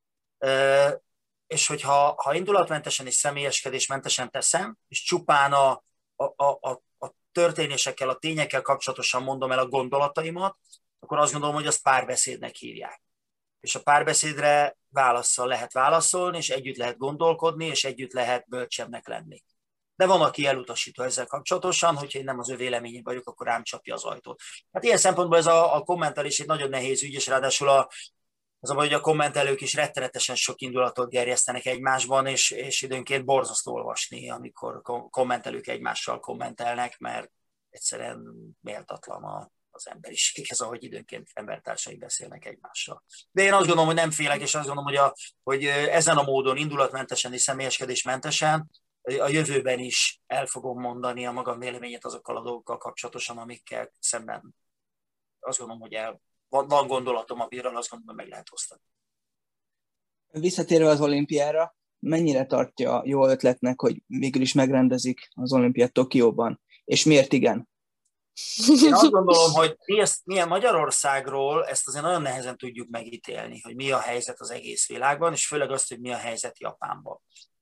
És hogyha indulatmentesen és személyeskedésmentesen teszem, és csupán a történésekkel, a tényekkel kapcsolatosan mondom el a gondolataimat, akkor azt gondolom, hogy azt párbeszédnek hívják. És a párbeszédre válasszal lehet válaszolni, és együtt lehet gondolkodni, és együtt lehet bölcsebbnek lenni. De van, aki elutasító ezzel kapcsolatosan, hogyha én nem az ő véleményében vagyok, akkor rám csapja az ajtót. Hát ilyen szempontból ez a kommentelés egy nagyon nehéz ügy, és ráadásul Az a baj, hogy a kommentelők is rettenetesen sok indulatot gerjesztenek egymásban, és időnként borzasztó olvasni, amikor kommentelők egymással kommentelnek, mert egyszerűen méltatlan az emberiséghez, ahogy időnként embertársai beszélnek egymással. De én azt gondolom, hogy nem félek, és azt gondolom, hogy ezen a módon indulatmentesen és személyeskedésmentesen a jövőben is el fogom mondani a magam véleményét azokkal a dolgokkal kapcsolatosan, amikkel szemben azt gondolom, hogy van gondolatom, amiről azt gondolom, hogy meg lehet osztani. Visszatérve az olimpiára, mennyire tartja jó ötletnek, hogy végül is megrendezik az olimpiát Tokióban, és miért igen? Én azt gondolom, hogy milyen Magyarországról ezt azért nagyon nehezen tudjuk megítélni, hogy mi a helyzet az egész világban, és főleg azt, hogy mi a helyzet Japánban.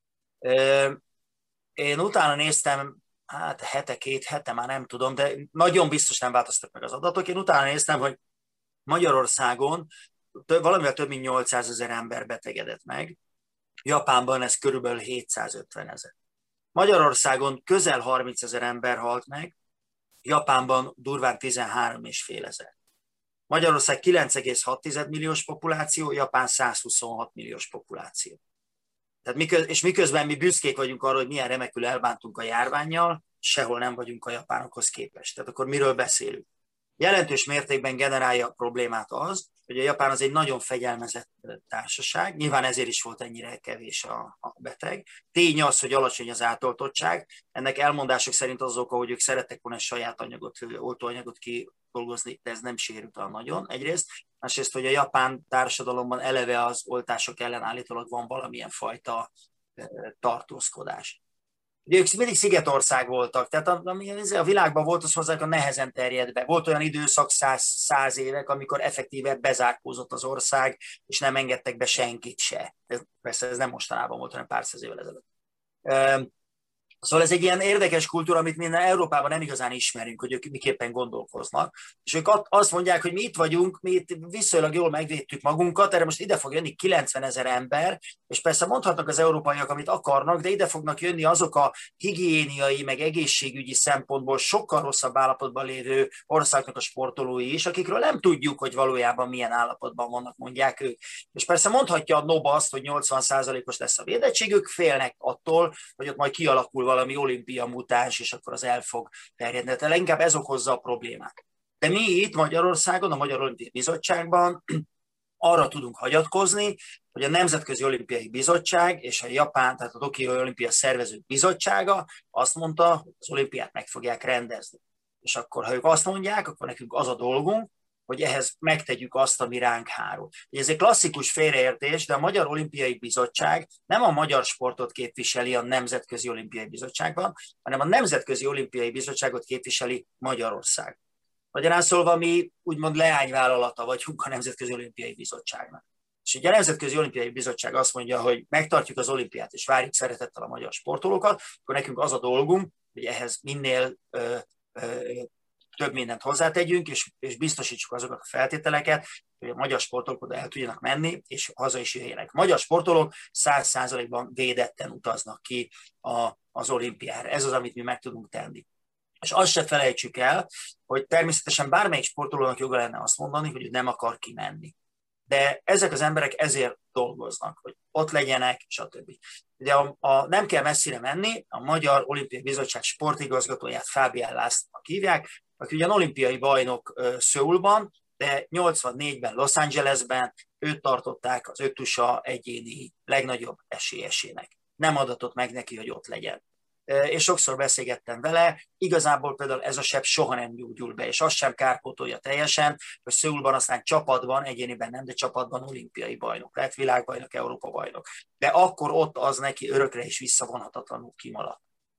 Én utána néztem, két hete, már nem tudom, de nagyon biztos nem változtak meg az adatok. Én utána néztem, hogy Magyarországon valamivel több mint 800 000 ember betegedett meg, Japánban ez körülbelül 750 000. Magyarországon közel 30 000 ember halt meg, Japánban durván 13,5 000. Magyarország 9,6 milliós populáció, Japán 126 milliós populáció. Tehát és miközben mi büszkék vagyunk arra, hogy milyen remekül elbántunk a járvánnyal, sehol nem vagyunk a japánokhoz képest. Tehát akkor miről beszélünk? Jelentős mértékben generálja a problémát az, hogy a Japán az egy nagyon fegyelmezett társaság, nyilván ezért is volt ennyire kevés a beteg. Tény az, hogy alacsony az átoltottság, ennek elmondások szerint az oka, hogy ők szerettek volna saját oltóanyagot kidolgozni, de ez nem sérült olyan nagyon egyrészt. Másrészt, hogy a japán társadalomban eleve az oltások ellen állítólag van valamilyen fajta tartózkodás. Ugye ők mindig szigetország voltak, tehát ami a világban volt, az hozzá a nehezen terjed be. Volt olyan időszak 100 évek, amikor effektíve bezárkózott az ország, és nem engedtek be senkit se. Persze ez nem mostanában volt, hanem pár száz évvel ezelőtt. Szóval ez egy ilyen érdekes kultúra, amit minden Európában nem igazán ismerünk, hogy ők miképpen gondolkoznak. És ők azt mondják, hogy mi itt vagyunk, mi itt viszonylag jól megvédtük magunkat, erre most ide fog jönni 90 000 ember, és persze mondhatnak az európaiak, amit akarnak, de ide fognak jönni azok a higiéniai, meg egészségügyi szempontból sokkal rosszabb állapotban lévő országnak a sportolói is, akikről nem tudjuk, hogy valójában milyen állapotban vannak, mondják ők. És persze mondhatja a NOBA azt, hogy 80%-os lesz a védettségük, félnek attól, hogy ott majd kialakul valami olimpia mutáns, és akkor az el fog terjedni. Tehát inkább ez okozza a problémát. De mi itt Magyarországon, a Magyar Olimpiai Bizottságban arra tudunk hagyatkozni, hogy a Nemzetközi Olimpiai Bizottság és a Japán, tehát a Tokiói Olimpia Szervezők Bizottsága azt mondta, hogy az olimpiát meg fogják rendezni. És akkor, ha ők azt mondják, akkor nekünk az a dolgunk, hogy ehhez megtegyük azt, ami ránk hárul. Ez egy klasszikus félreértés, de a Magyar Olimpiai Bizottság nem a magyar sportot képviseli a Nemzetközi Olimpiai Bizottságban, hanem a Nemzetközi Olimpiai Bizottságot képviseli Magyarország. Magyarán szólva mi úgymond leányvállalata vagyunk a Nemzetközi Olimpiai Bizottságnak. És ugye a Nemzetközi Olimpiai Bizottság azt mondja, hogy megtartjuk az olimpiát, és várjuk szeretettel a magyar sportolókat, akkor nekünk az a dolgunk, hogy ehhez minél több mindent hozzátegyünk, és biztosítsuk azokat a feltételeket, hogy a magyar sportolók oda el tudjanak menni, és haza is jöjjenek. A magyar sportolók 100%-ban védetten utaznak ki az olimpiára. Ez az, amit mi meg tudunk tenni. És azt se felejtsük el, hogy természetesen bármelyik sportolónak joga lenne azt mondani, hogy ő nem akar kimenni. De ezek az emberek ezért dolgoznak, hogy ott legyenek, stb. Ugye nem kell messzire menni, a Magyar Olimpiai Bizottság sportigazgatóját Fábián Lászlónak hívják, aki ugyan olimpiai bajnok Szöulban, de 84-ben Los Angelesben őt tartották az ötusa egyéni legnagyobb esélyesének. Nem adatott meg neki, hogy ott legyen. És sokszor beszélgettem vele, igazából például ez a seb soha nem gyógyul be, és azt sem kárpótolja teljesen, hogy Szöulban aztán csapatban, egyéniben nem, de csapatban olimpiai bajnok, lehet világbajnok, Európa bajnok. De akkor ott az neki örökre is visszavonhatatlanul kimaradt.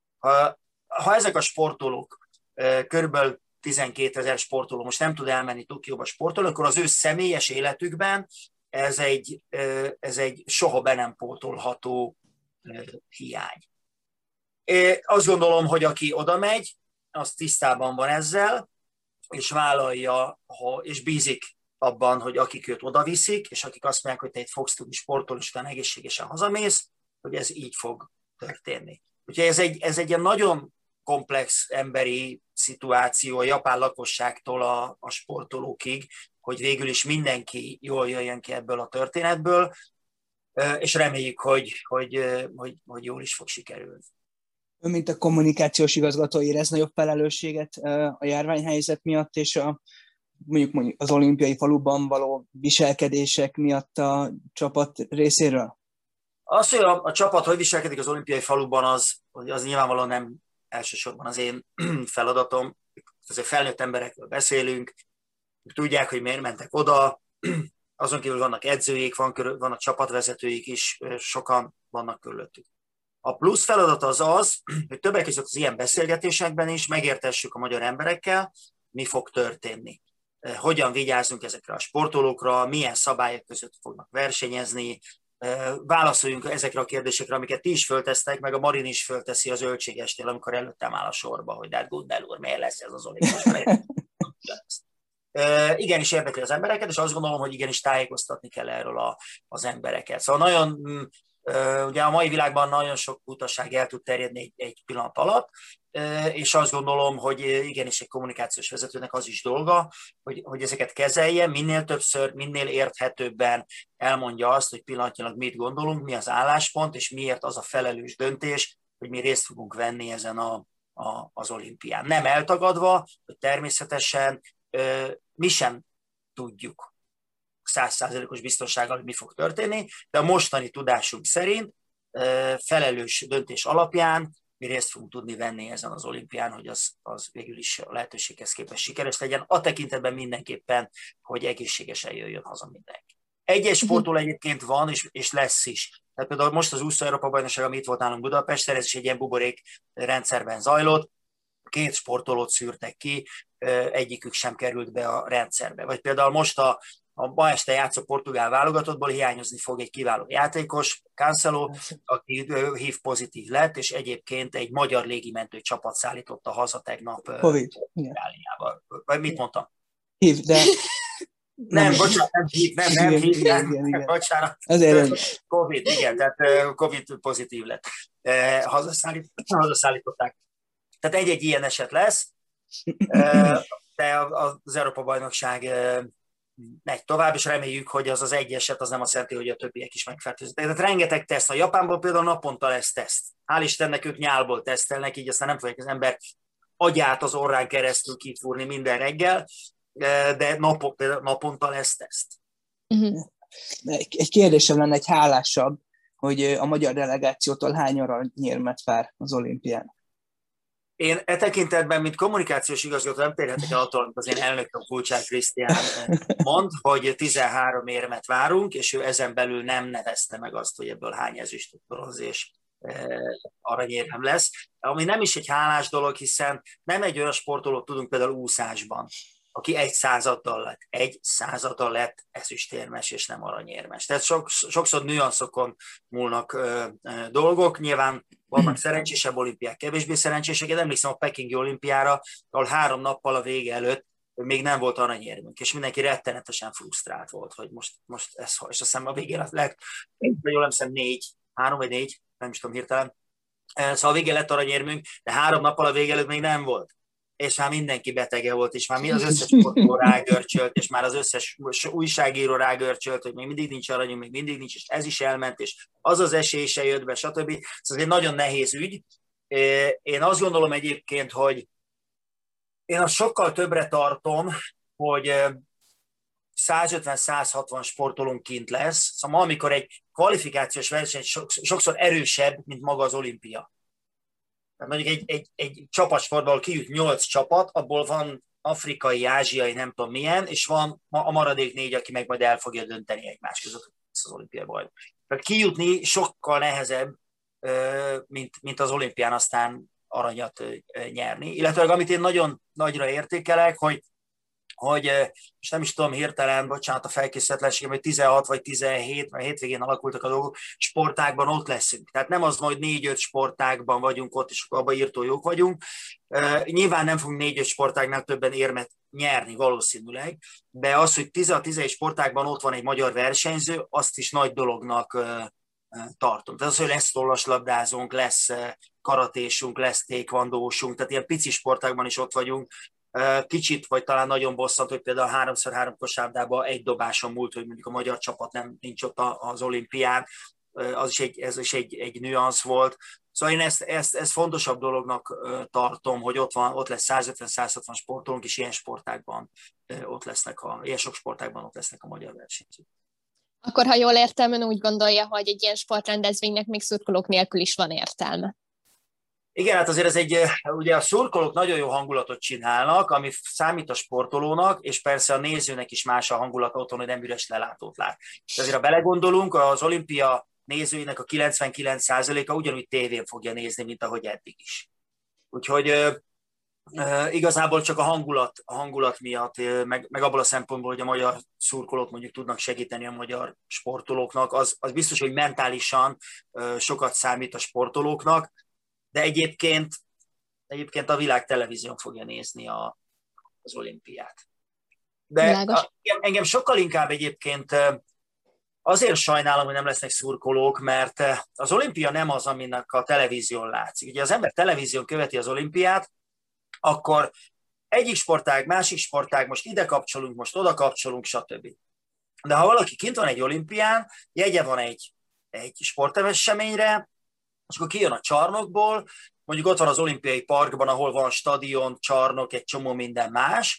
Ha ezek a sportolók, körülbelül 12 000 sportoló most nem tud elmenni Tokióba sportolni, akkor az ő személyes életükben ez egy soha be nem pótolható hiány. Én azt gondolom, hogy aki oda megy, az tisztában van ezzel, és vállalja, és bízik abban, hogy akik őt oda viszik, és akik azt mondják, hogy te itt fogsz tudni sportolni, és utána egészségesen hazamész, hogy ez így fog történni. Úgyhogy ez egy ilyen nagyon komplex emberi szituáció a japán lakosságtól a sportolókig, hogy végül is mindenki jól jöjjön ki ebből a történetből, és reméljük, hogy jól is fog sikerülni. Ön, mint a kommunikációs igazgató, érez nagyobb felelősséget a járványhelyzet miatt, és mondjuk az olimpiai faluban való viselkedések miatt a csapat részéről? Az, hogy a csapat hogy viselkedik az olimpiai faluban, az nyilvánvalóan nem elsősorban az én feladatom. Azért felnőtt emberekről beszélünk, tudják, hogy miért mentek oda, azon kívül vannak edzőik, vannak csapatvezetőik is, sokan vannak körülöttük. A plusz feladat az, hogy többek között az ilyen beszélgetésekben is megértessük a magyar emberekkel, mi fog történni. Hogyan vigyázzunk ezekre a sportolókra, milyen szabályok között fognak versenyezni, válaszoljunk ezekre a kérdésekre, amiket ti is föltesztek, meg a Marin is fölteszi az Öltségesnél, amikor előttem áll a sorba, hogy de hát Gundel úr, miért lesz ez az olimpiai? Igenis érdekli az embereket, és azt gondolom, hogy igenis tájékoztatni kell erről az embereket. Szóval nagyon, ugye a mai világban nagyon sok butaság el tud terjedni egy pillanat alatt, és azt gondolom, hogy igenis egy kommunikációs vezetőnek az is dolga, hogy ezeket kezelje, minél többször, minél érthetőbben elmondja azt, hogy pillanatnyilag mit gondolunk, mi az álláspont, és miért az a felelős döntés, hogy mi részt fogunk venni ezen az olimpián. Nem eltagadva, hogy természetesen mi sem tudjuk 100%-os biztonsággal, hogy mi fog történni, de a mostani tudásunk szerint felelős döntés alapján mi részt fogunk tudni venni ezen az olimpián, hogy az végül is a lehetőséghez képest sikeres legyen, a tekintetben mindenképpen, hogy egészségesen jöjjön haza mindenki. Egyes sportol egyébként van, és lesz is. Tehát például most az úszó Európa-bajnokság, ami itt volt nálunk Budapesten, ez is egy ilyen buborék rendszerben zajlott, 2 sportolót szűrtek ki, egyikük sem került be a rendszerbe. Vagy például most a ma este játszó portugál válogatottból hiányozni fog egy kiváló játékos, Cancelo, aki HIV pozitív lett, és egyébként egy magyar légimentő csapat szállította haza tegnap Portugáliába. Vagy mit mondtam? HIV, de... Nem, bocsánat, nem HIV, nem HIV, nem, bocsánat. Covid, igen, tehát Covid pozitív lett. Hazaszállították. Tehát egy-egy ilyen eset lesz, de az Európa-bajnokság megy tovább, és reméljük, hogy az egy eset az nem azt jelenti, hogy a többiek is megfertőzöttek. Tehát rengeteg teszt. A Japánból például naponta lesz teszt. Hál' Istennek ők nyálból tesztelnek, így aztán nem fogják az ember agyát az orrán keresztül kifúrni minden reggel, de naponta lesz teszt. Egy kérdésem lenne, egy hálásabb, hogy a magyar delegációtól hány aranyérmet vár az olimpián? Én tekintetben, mint kommunikációs igazgató nem térhetek el attól, amit az én elnököm Kulcsár Krisztián mond, hogy 13 érmet várunk, és ő ezen belül nem nevezte meg azt, hogy ebből hány ezüstöt, bronz és aranyérem lesz. Ami nem is egy hálás dolog, hiszen nem egy olyan sportolót tudunk például úszásban, aki 1/100 lett ezüstérmes és nem aranyérmes. Tehát sokszor nüanszokon múlnak dolgok. Nyilván vannak szerencsésebb olimpiák, kevésbé szerencsések. Én emlékszem a pekingi olimpiára, ahol 3 nappal a vége előtt még nem volt aranyérmünk, és mindenki rettenetesen frusztrált volt, hogy most ez, és azt hiszem a végén lett, jól nem hiszem 3 vagy 4, nem is tudom hirtelen. Szóval a végén lett aranyérmünk, de 3 nappal a vége előtt még nem volt. És már mindenki betege volt, és már az összes sportoló rágörcsölt, és már az összes újságíró rágörcsölt, hogy még mindig nincs aranyunk, még mindig nincs, és ez is elment, és az az esély se jött be, stb. Szóval ez egy nagyon nehéz ügy. Én azt gondolom egyébként, hogy én azt sokkal többre tartom, hogy 150-160 sportolónk kint lesz. Szóval amikor egy kvalifikációs verseny sokszor erősebb, mint maga az olimpia. Tehát mondjuk egy csapatsportban, ahol kijut 8 csapat, abból van afrikai, ázsiai, nem tudom milyen, és van a maradék 4, aki meg majd el fogja dönteni egymás között az olimpiai bajnok. Tehát kijutni sokkal nehezebb, mint az olimpián aztán aranyat nyerni. Illetve amit én nagyon nagyra értékelek, hogy most nem is tudom hirtelen, bocsánat a felkészületlenségem, hogy 16 vagy 17, mert hétvégén alakultak a dolgok, sportágban ott leszünk. Tehát nem az, hogy 4-5 sportágban vagyunk ott, és abban írtó jók vagyunk. Nyilván nem fogunk 4-5 sportágnál többen érmet nyerni valószínűleg, de az, hogy 10-11 sportágban ott van egy magyar versenyző, azt is nagy dolognak tartom. Tehát az, hogy lesz tollaslabdázónk, lesz karatésunk, lesz taekwondósunk, tehát ilyen pici sportákban is ott vagyunk, Kicsit, vagy talán nagyon bosszant, hogy például a 3x3 kosárlabdában egy dobáson múlt, hogy mondjuk a magyar csapat nincs ott az olimpián, ez is egy nüansz volt. Szóval én ezt fontosabb dolognak tartom, hogy ott lesz 150-160 sportolónk, és ilyen sportágban ilyen sok sportágban ott lesznek a magyar versenyzők. Akkor, ha jól értem, ön úgy gondolja, hogy egy ilyen sportrendezvénynek még szurkolók nélkül is van értelme. Igen, hát azért ugye a szurkolók nagyon jó hangulatot csinálnak, ami számít a sportolónak, és persze a nézőnek is más a hangulat otthon, hogy nem üres lelátót lát. De azért, ha belegondolunk, az olimpia nézőinek a 99%-a ugyanúgy tévén fogja nézni, mint ahogy eddig is. Úgyhogy igazából csak a hangulat miatt, meg abból a szempontból, hogy a magyar szurkolók mondjuk tudnak segíteni a magyar sportolóknak, az biztos, hogy mentálisan sokat számít a sportolóknak, de egyébként a világ televízión fogja nézni az olimpiát. De engem sokkal inkább egyébként azért sajnálom, hogy nem lesznek szurkolók, mert az olimpia nem az, aminek a televízión látszik. Ugye az ember televízión követi az olimpiát, akkor egyik sportág, másik sportág, most ide kapcsolunk, most oda kapcsolunk, stb. De ha valaki kint van egy olimpián, jegye van egy sporteseményre, és akkor kijön a csarnokból, mondjuk ott van az olimpiai parkban, ahol van stadion, csarnok, egy csomó minden más,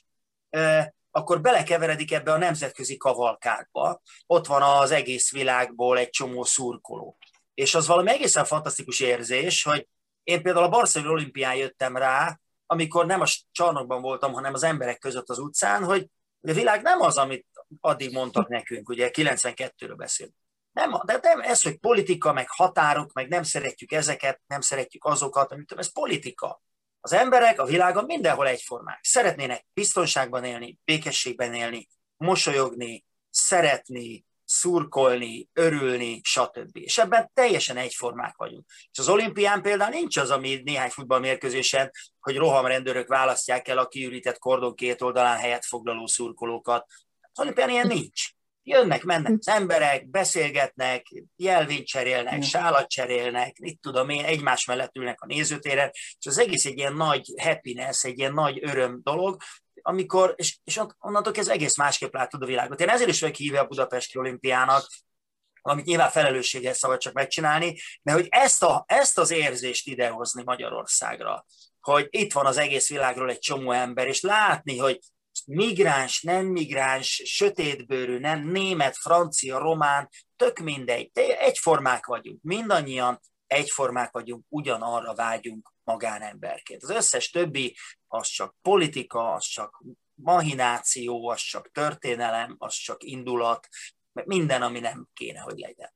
akkor belekeveredik ebbe a nemzetközi kavalkádba. Ott van az egész világból egy csomó szurkoló. És az valami egészen fantasztikus érzés, hogy én például a barcelonai olimpián jöttem rá, amikor nem a csarnokban voltam, hanem az emberek között az utcán, hogy a világ nem az, amit addig mondtak nekünk, ugye 92-ről beszélünk. De nem ez, hogy politika, meg határok, meg nem szeretjük ezeket, nem szeretjük azokat, ez politika. Az emberek a világon mindenhol egyformák. Szeretnének biztonságban élni, békességben élni, mosolyogni, szeretni, szurkolni, örülni, stb. És ebben teljesen egyformák vagyunk. És az olimpián például nincs az, ami néhány futballmérkőzésen, hogy rohamrendőrök választják el a kiürített kordon két oldalán helyet foglaló szurkolókat. Az olimpián ilyen nincs. Jönnek, mennek az emberek, beszélgetnek, jelvényt cserélnek, sálat cserélnek, mit tudom én, egymás mellett ülnek a nézőtéren, és az egész egy ilyen nagy happiness, egy ilyen nagy öröm dolog, amikor, és onnantól kezdve egész másképp látod a világot. Én ezért is vagyok hívva a Budapesti Olimpiának, amit nyilván felelősséggel szabad csak megcsinálni, mert hogy ezt az érzést idehozni Magyarországra, hogy itt van az egész világról egy csomó ember, és látni, hogy migráns, nem migráns, sötétbőrű, nem német, francia, román, tök mindegy, egyformák vagyunk, mindannyian egyformák vagyunk, ugyanarra vágyunk magánemberként. Az összes többi, az csak politika, az csak mahináció, az csak történelem, az csak indulat, minden, ami nem kéne, hogy legyen.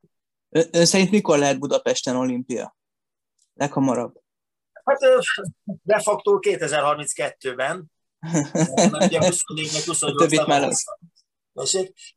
Ön szerint mikor lehet Budapesten olimpia? Leghamarabb? Hát de facto 2032-ben, mert ugye 24-nek 28-ban lesz.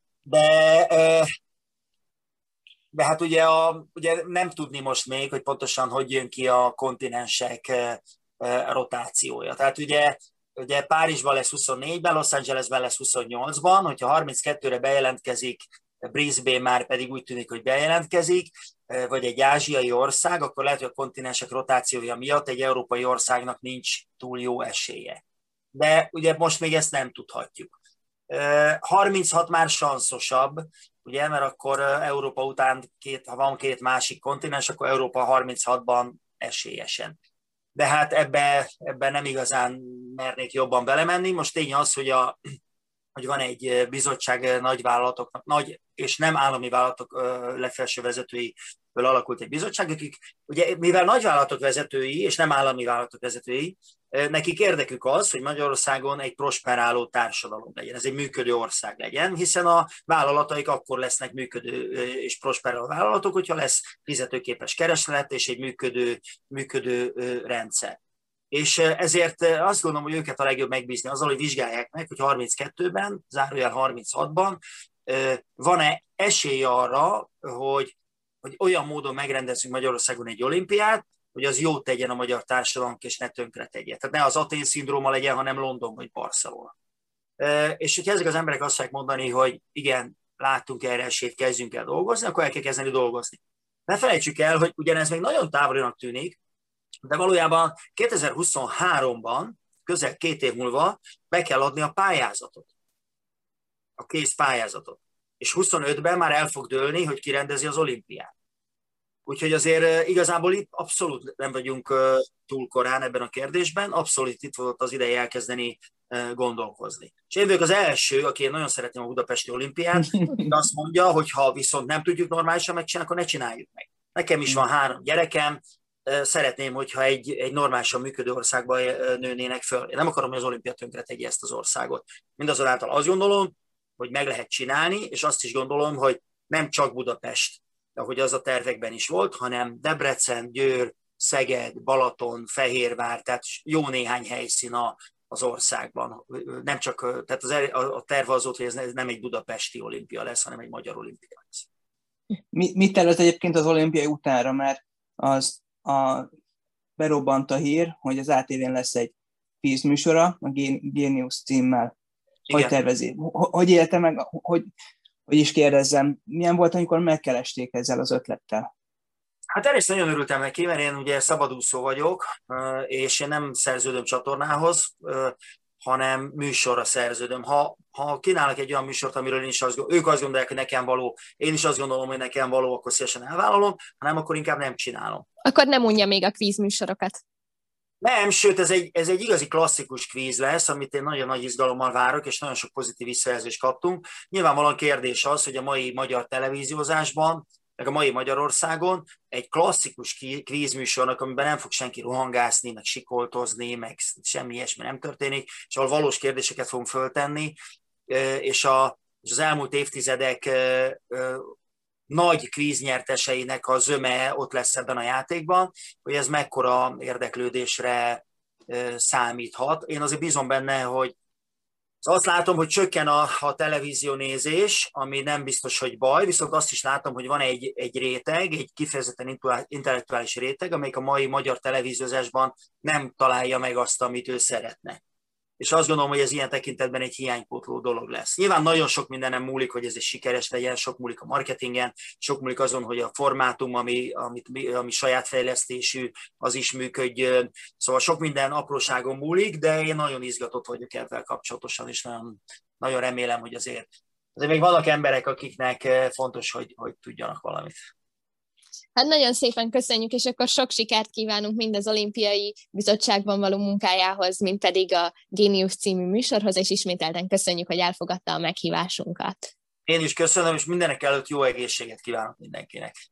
De hát ugye nem tudni most még, hogy pontosan hogy jön ki a kontinensek rotációja. Tehát ugye Párizsban lesz 24-ben, Los Angelesben lesz 28-ban, hogyha 32-re bejelentkezik, Brisbane már pedig úgy tűnik, hogy bejelentkezik, vagy egy ázsiai ország, akkor lehet, hogy a kontinensek rotációja miatt egy európai országnak nincs túl jó esélye. De ugye most még ezt nem tudhatjuk. 36 már sanszosabb, ugye, mert akkor Európa után ha van két másik kontinens, akkor Európa 36-ban esélyesen. De hát ebbe nem igazán mernék jobban belemenni. Most tény az, hogy van egy bizottság nagyvállalatoknak, nagy és nem állami vállalatok legfelső vezetőiből alakult egy bizottság, akik ugye mivel nagyvállalatok vezetői és nem állami vállalatok vezetői, nekik érdekük az, hogy Magyarországon egy prosperáló társadalom legyen, ez egy működő ország legyen, hiszen a vállalataik akkor lesznek működő és prosperáló vállalatok, hogyha lesz fizetőképes kereslet és egy működő rendszer. És ezért azt gondolom, hogy őket a legjobb megbízni azzal, hogy vizsgálják meg, hogy 32-ben, zárójel 36-ban van-e esély arra, hogy olyan módon megrendezzünk Magyarországon egy olimpiát, hogy az jót tegyen a magyar társadalomnak, és ne tönkre tegye. Tehát ne az Atén-szindróma legyen, hanem London vagy Barcelona. És hogyha ezek az emberek azt fogják mondani, hogy igen, láttunk erre esélyt, kezdjünk el dolgozni, akkor el kell kezdeni dolgozni. Ne felejtsük el, hogy ugyanez még nagyon távolinak tűnik, de valójában 2023-ban közel 2 év múlva be kell adni a pályázatot, a kész pályázatot. És 25-ben már el fog dőlni, hogy ki rendezi az olimpiát. Úgyhogy azért igazából itt abszolút nem vagyunk túl korán ebben a kérdésben, abszolút itt volt az ideje elkezdeni gondolkozni. És én vagyok az első, aki én nagyon szeretném a budapesti olimpiát, azt mondja, hogy ha viszont nem tudjuk normálisan megcsinálni, akkor ne csináljuk meg. Nekem is van 3 gyerekem, szeretném, hogyha egy normálisan működő országban nőnének föl. Én nem akarom, hogy az olimpia tönkre tegye ezt az országot. Mindazonáltal azt gondolom, hogy meg lehet csinálni, és azt is gondolom, hogy nem csak Budapest, ahogy az a tervekben is volt, hanem Debrecen, Győr, Szeged, Balaton, Fehérvár, tehát jó néhány helyszín az országban. Nem csak, tehát a terv az volt, hogy ez nem egy budapesti olimpia lesz, hanem egy magyar olimpia lesz. Mit tervez egyébként az olimpiai utánra, mert berobbant a hír, hogy az ATV-n lesz egy kvízműsora, a Genius címmel. Hogy tervezi? Hogy élte meg, hogy is kérdezzem, milyen volt, amikor megkeresték ezzel az ötlettel? Hát egyrészt nagyon örültem neki, mert én ugye szabadúszó vagyok, és én nem szerződöm csatornához, hanem műsorra szerződöm. Ha kínálnak egy olyan műsort, amiről ők azt gondolják, hogy nekem való, én is azt gondolom, hogy nekem való, akkor szívesen elvállalom, hanem akkor inkább nem csinálom. Akkor nem unja még a kvízműsorokat. Nem, sőt, ez egy igazi klasszikus kvíz lesz, amit én nagyon nagy izgalommal várok, és nagyon sok pozitív visszajelzést kaptunk. Nyilvánvalóan kérdés az, hogy a mai magyar televíziózásban, meg a mai Magyarországon egy klasszikus kvízműsornak, amiben nem fog senki rohangászni, meg sikoltozni, meg semmi ilyesmi nem történik, és ahol valós kérdéseket fogunk föltenni, és az elmúlt évtizedek nagy kvíznyerteseinek a zöme ott lesz ebben a játékban, hogy ez mekkora érdeklődésre számíthat. Én azért bízom benne, hogy azt látom, hogy csökken a televízió nézés, ami nem biztos, hogy baj, viszont azt is látom, hogy van egy réteg, egy kifejezetten intellektuális réteg, amelyik a mai magyar televíziózásban nem találja meg azt, amit ő szeretne. És azt gondolom, hogy ez ilyen tekintetben egy hiánypótló dolog lesz. Nyilván nagyon sok mindenem múlik, hogy ez egy sikeres legyen, sok múlik a marketingen, sok múlik azon, hogy a formátum, ami saját fejlesztésű, az is működjön. Szóval sok minden apróságon múlik, de én nagyon izgatott vagyok ezzel kapcsolatosan, és nagyon, nagyon remélem, hogy azért még vannak emberek, akiknek fontos, hogy tudjanak valamit. Hát nagyon szépen köszönjük, és akkor sok sikert kívánunk mind az olimpiai bizottságban való munkájához, mint pedig a Genius című műsorhoz, és ismételten köszönjük, hogy elfogadta a meghívásunkat. Én is köszönöm, és mindenek előtt jó egészséget kívánok mindenkinek.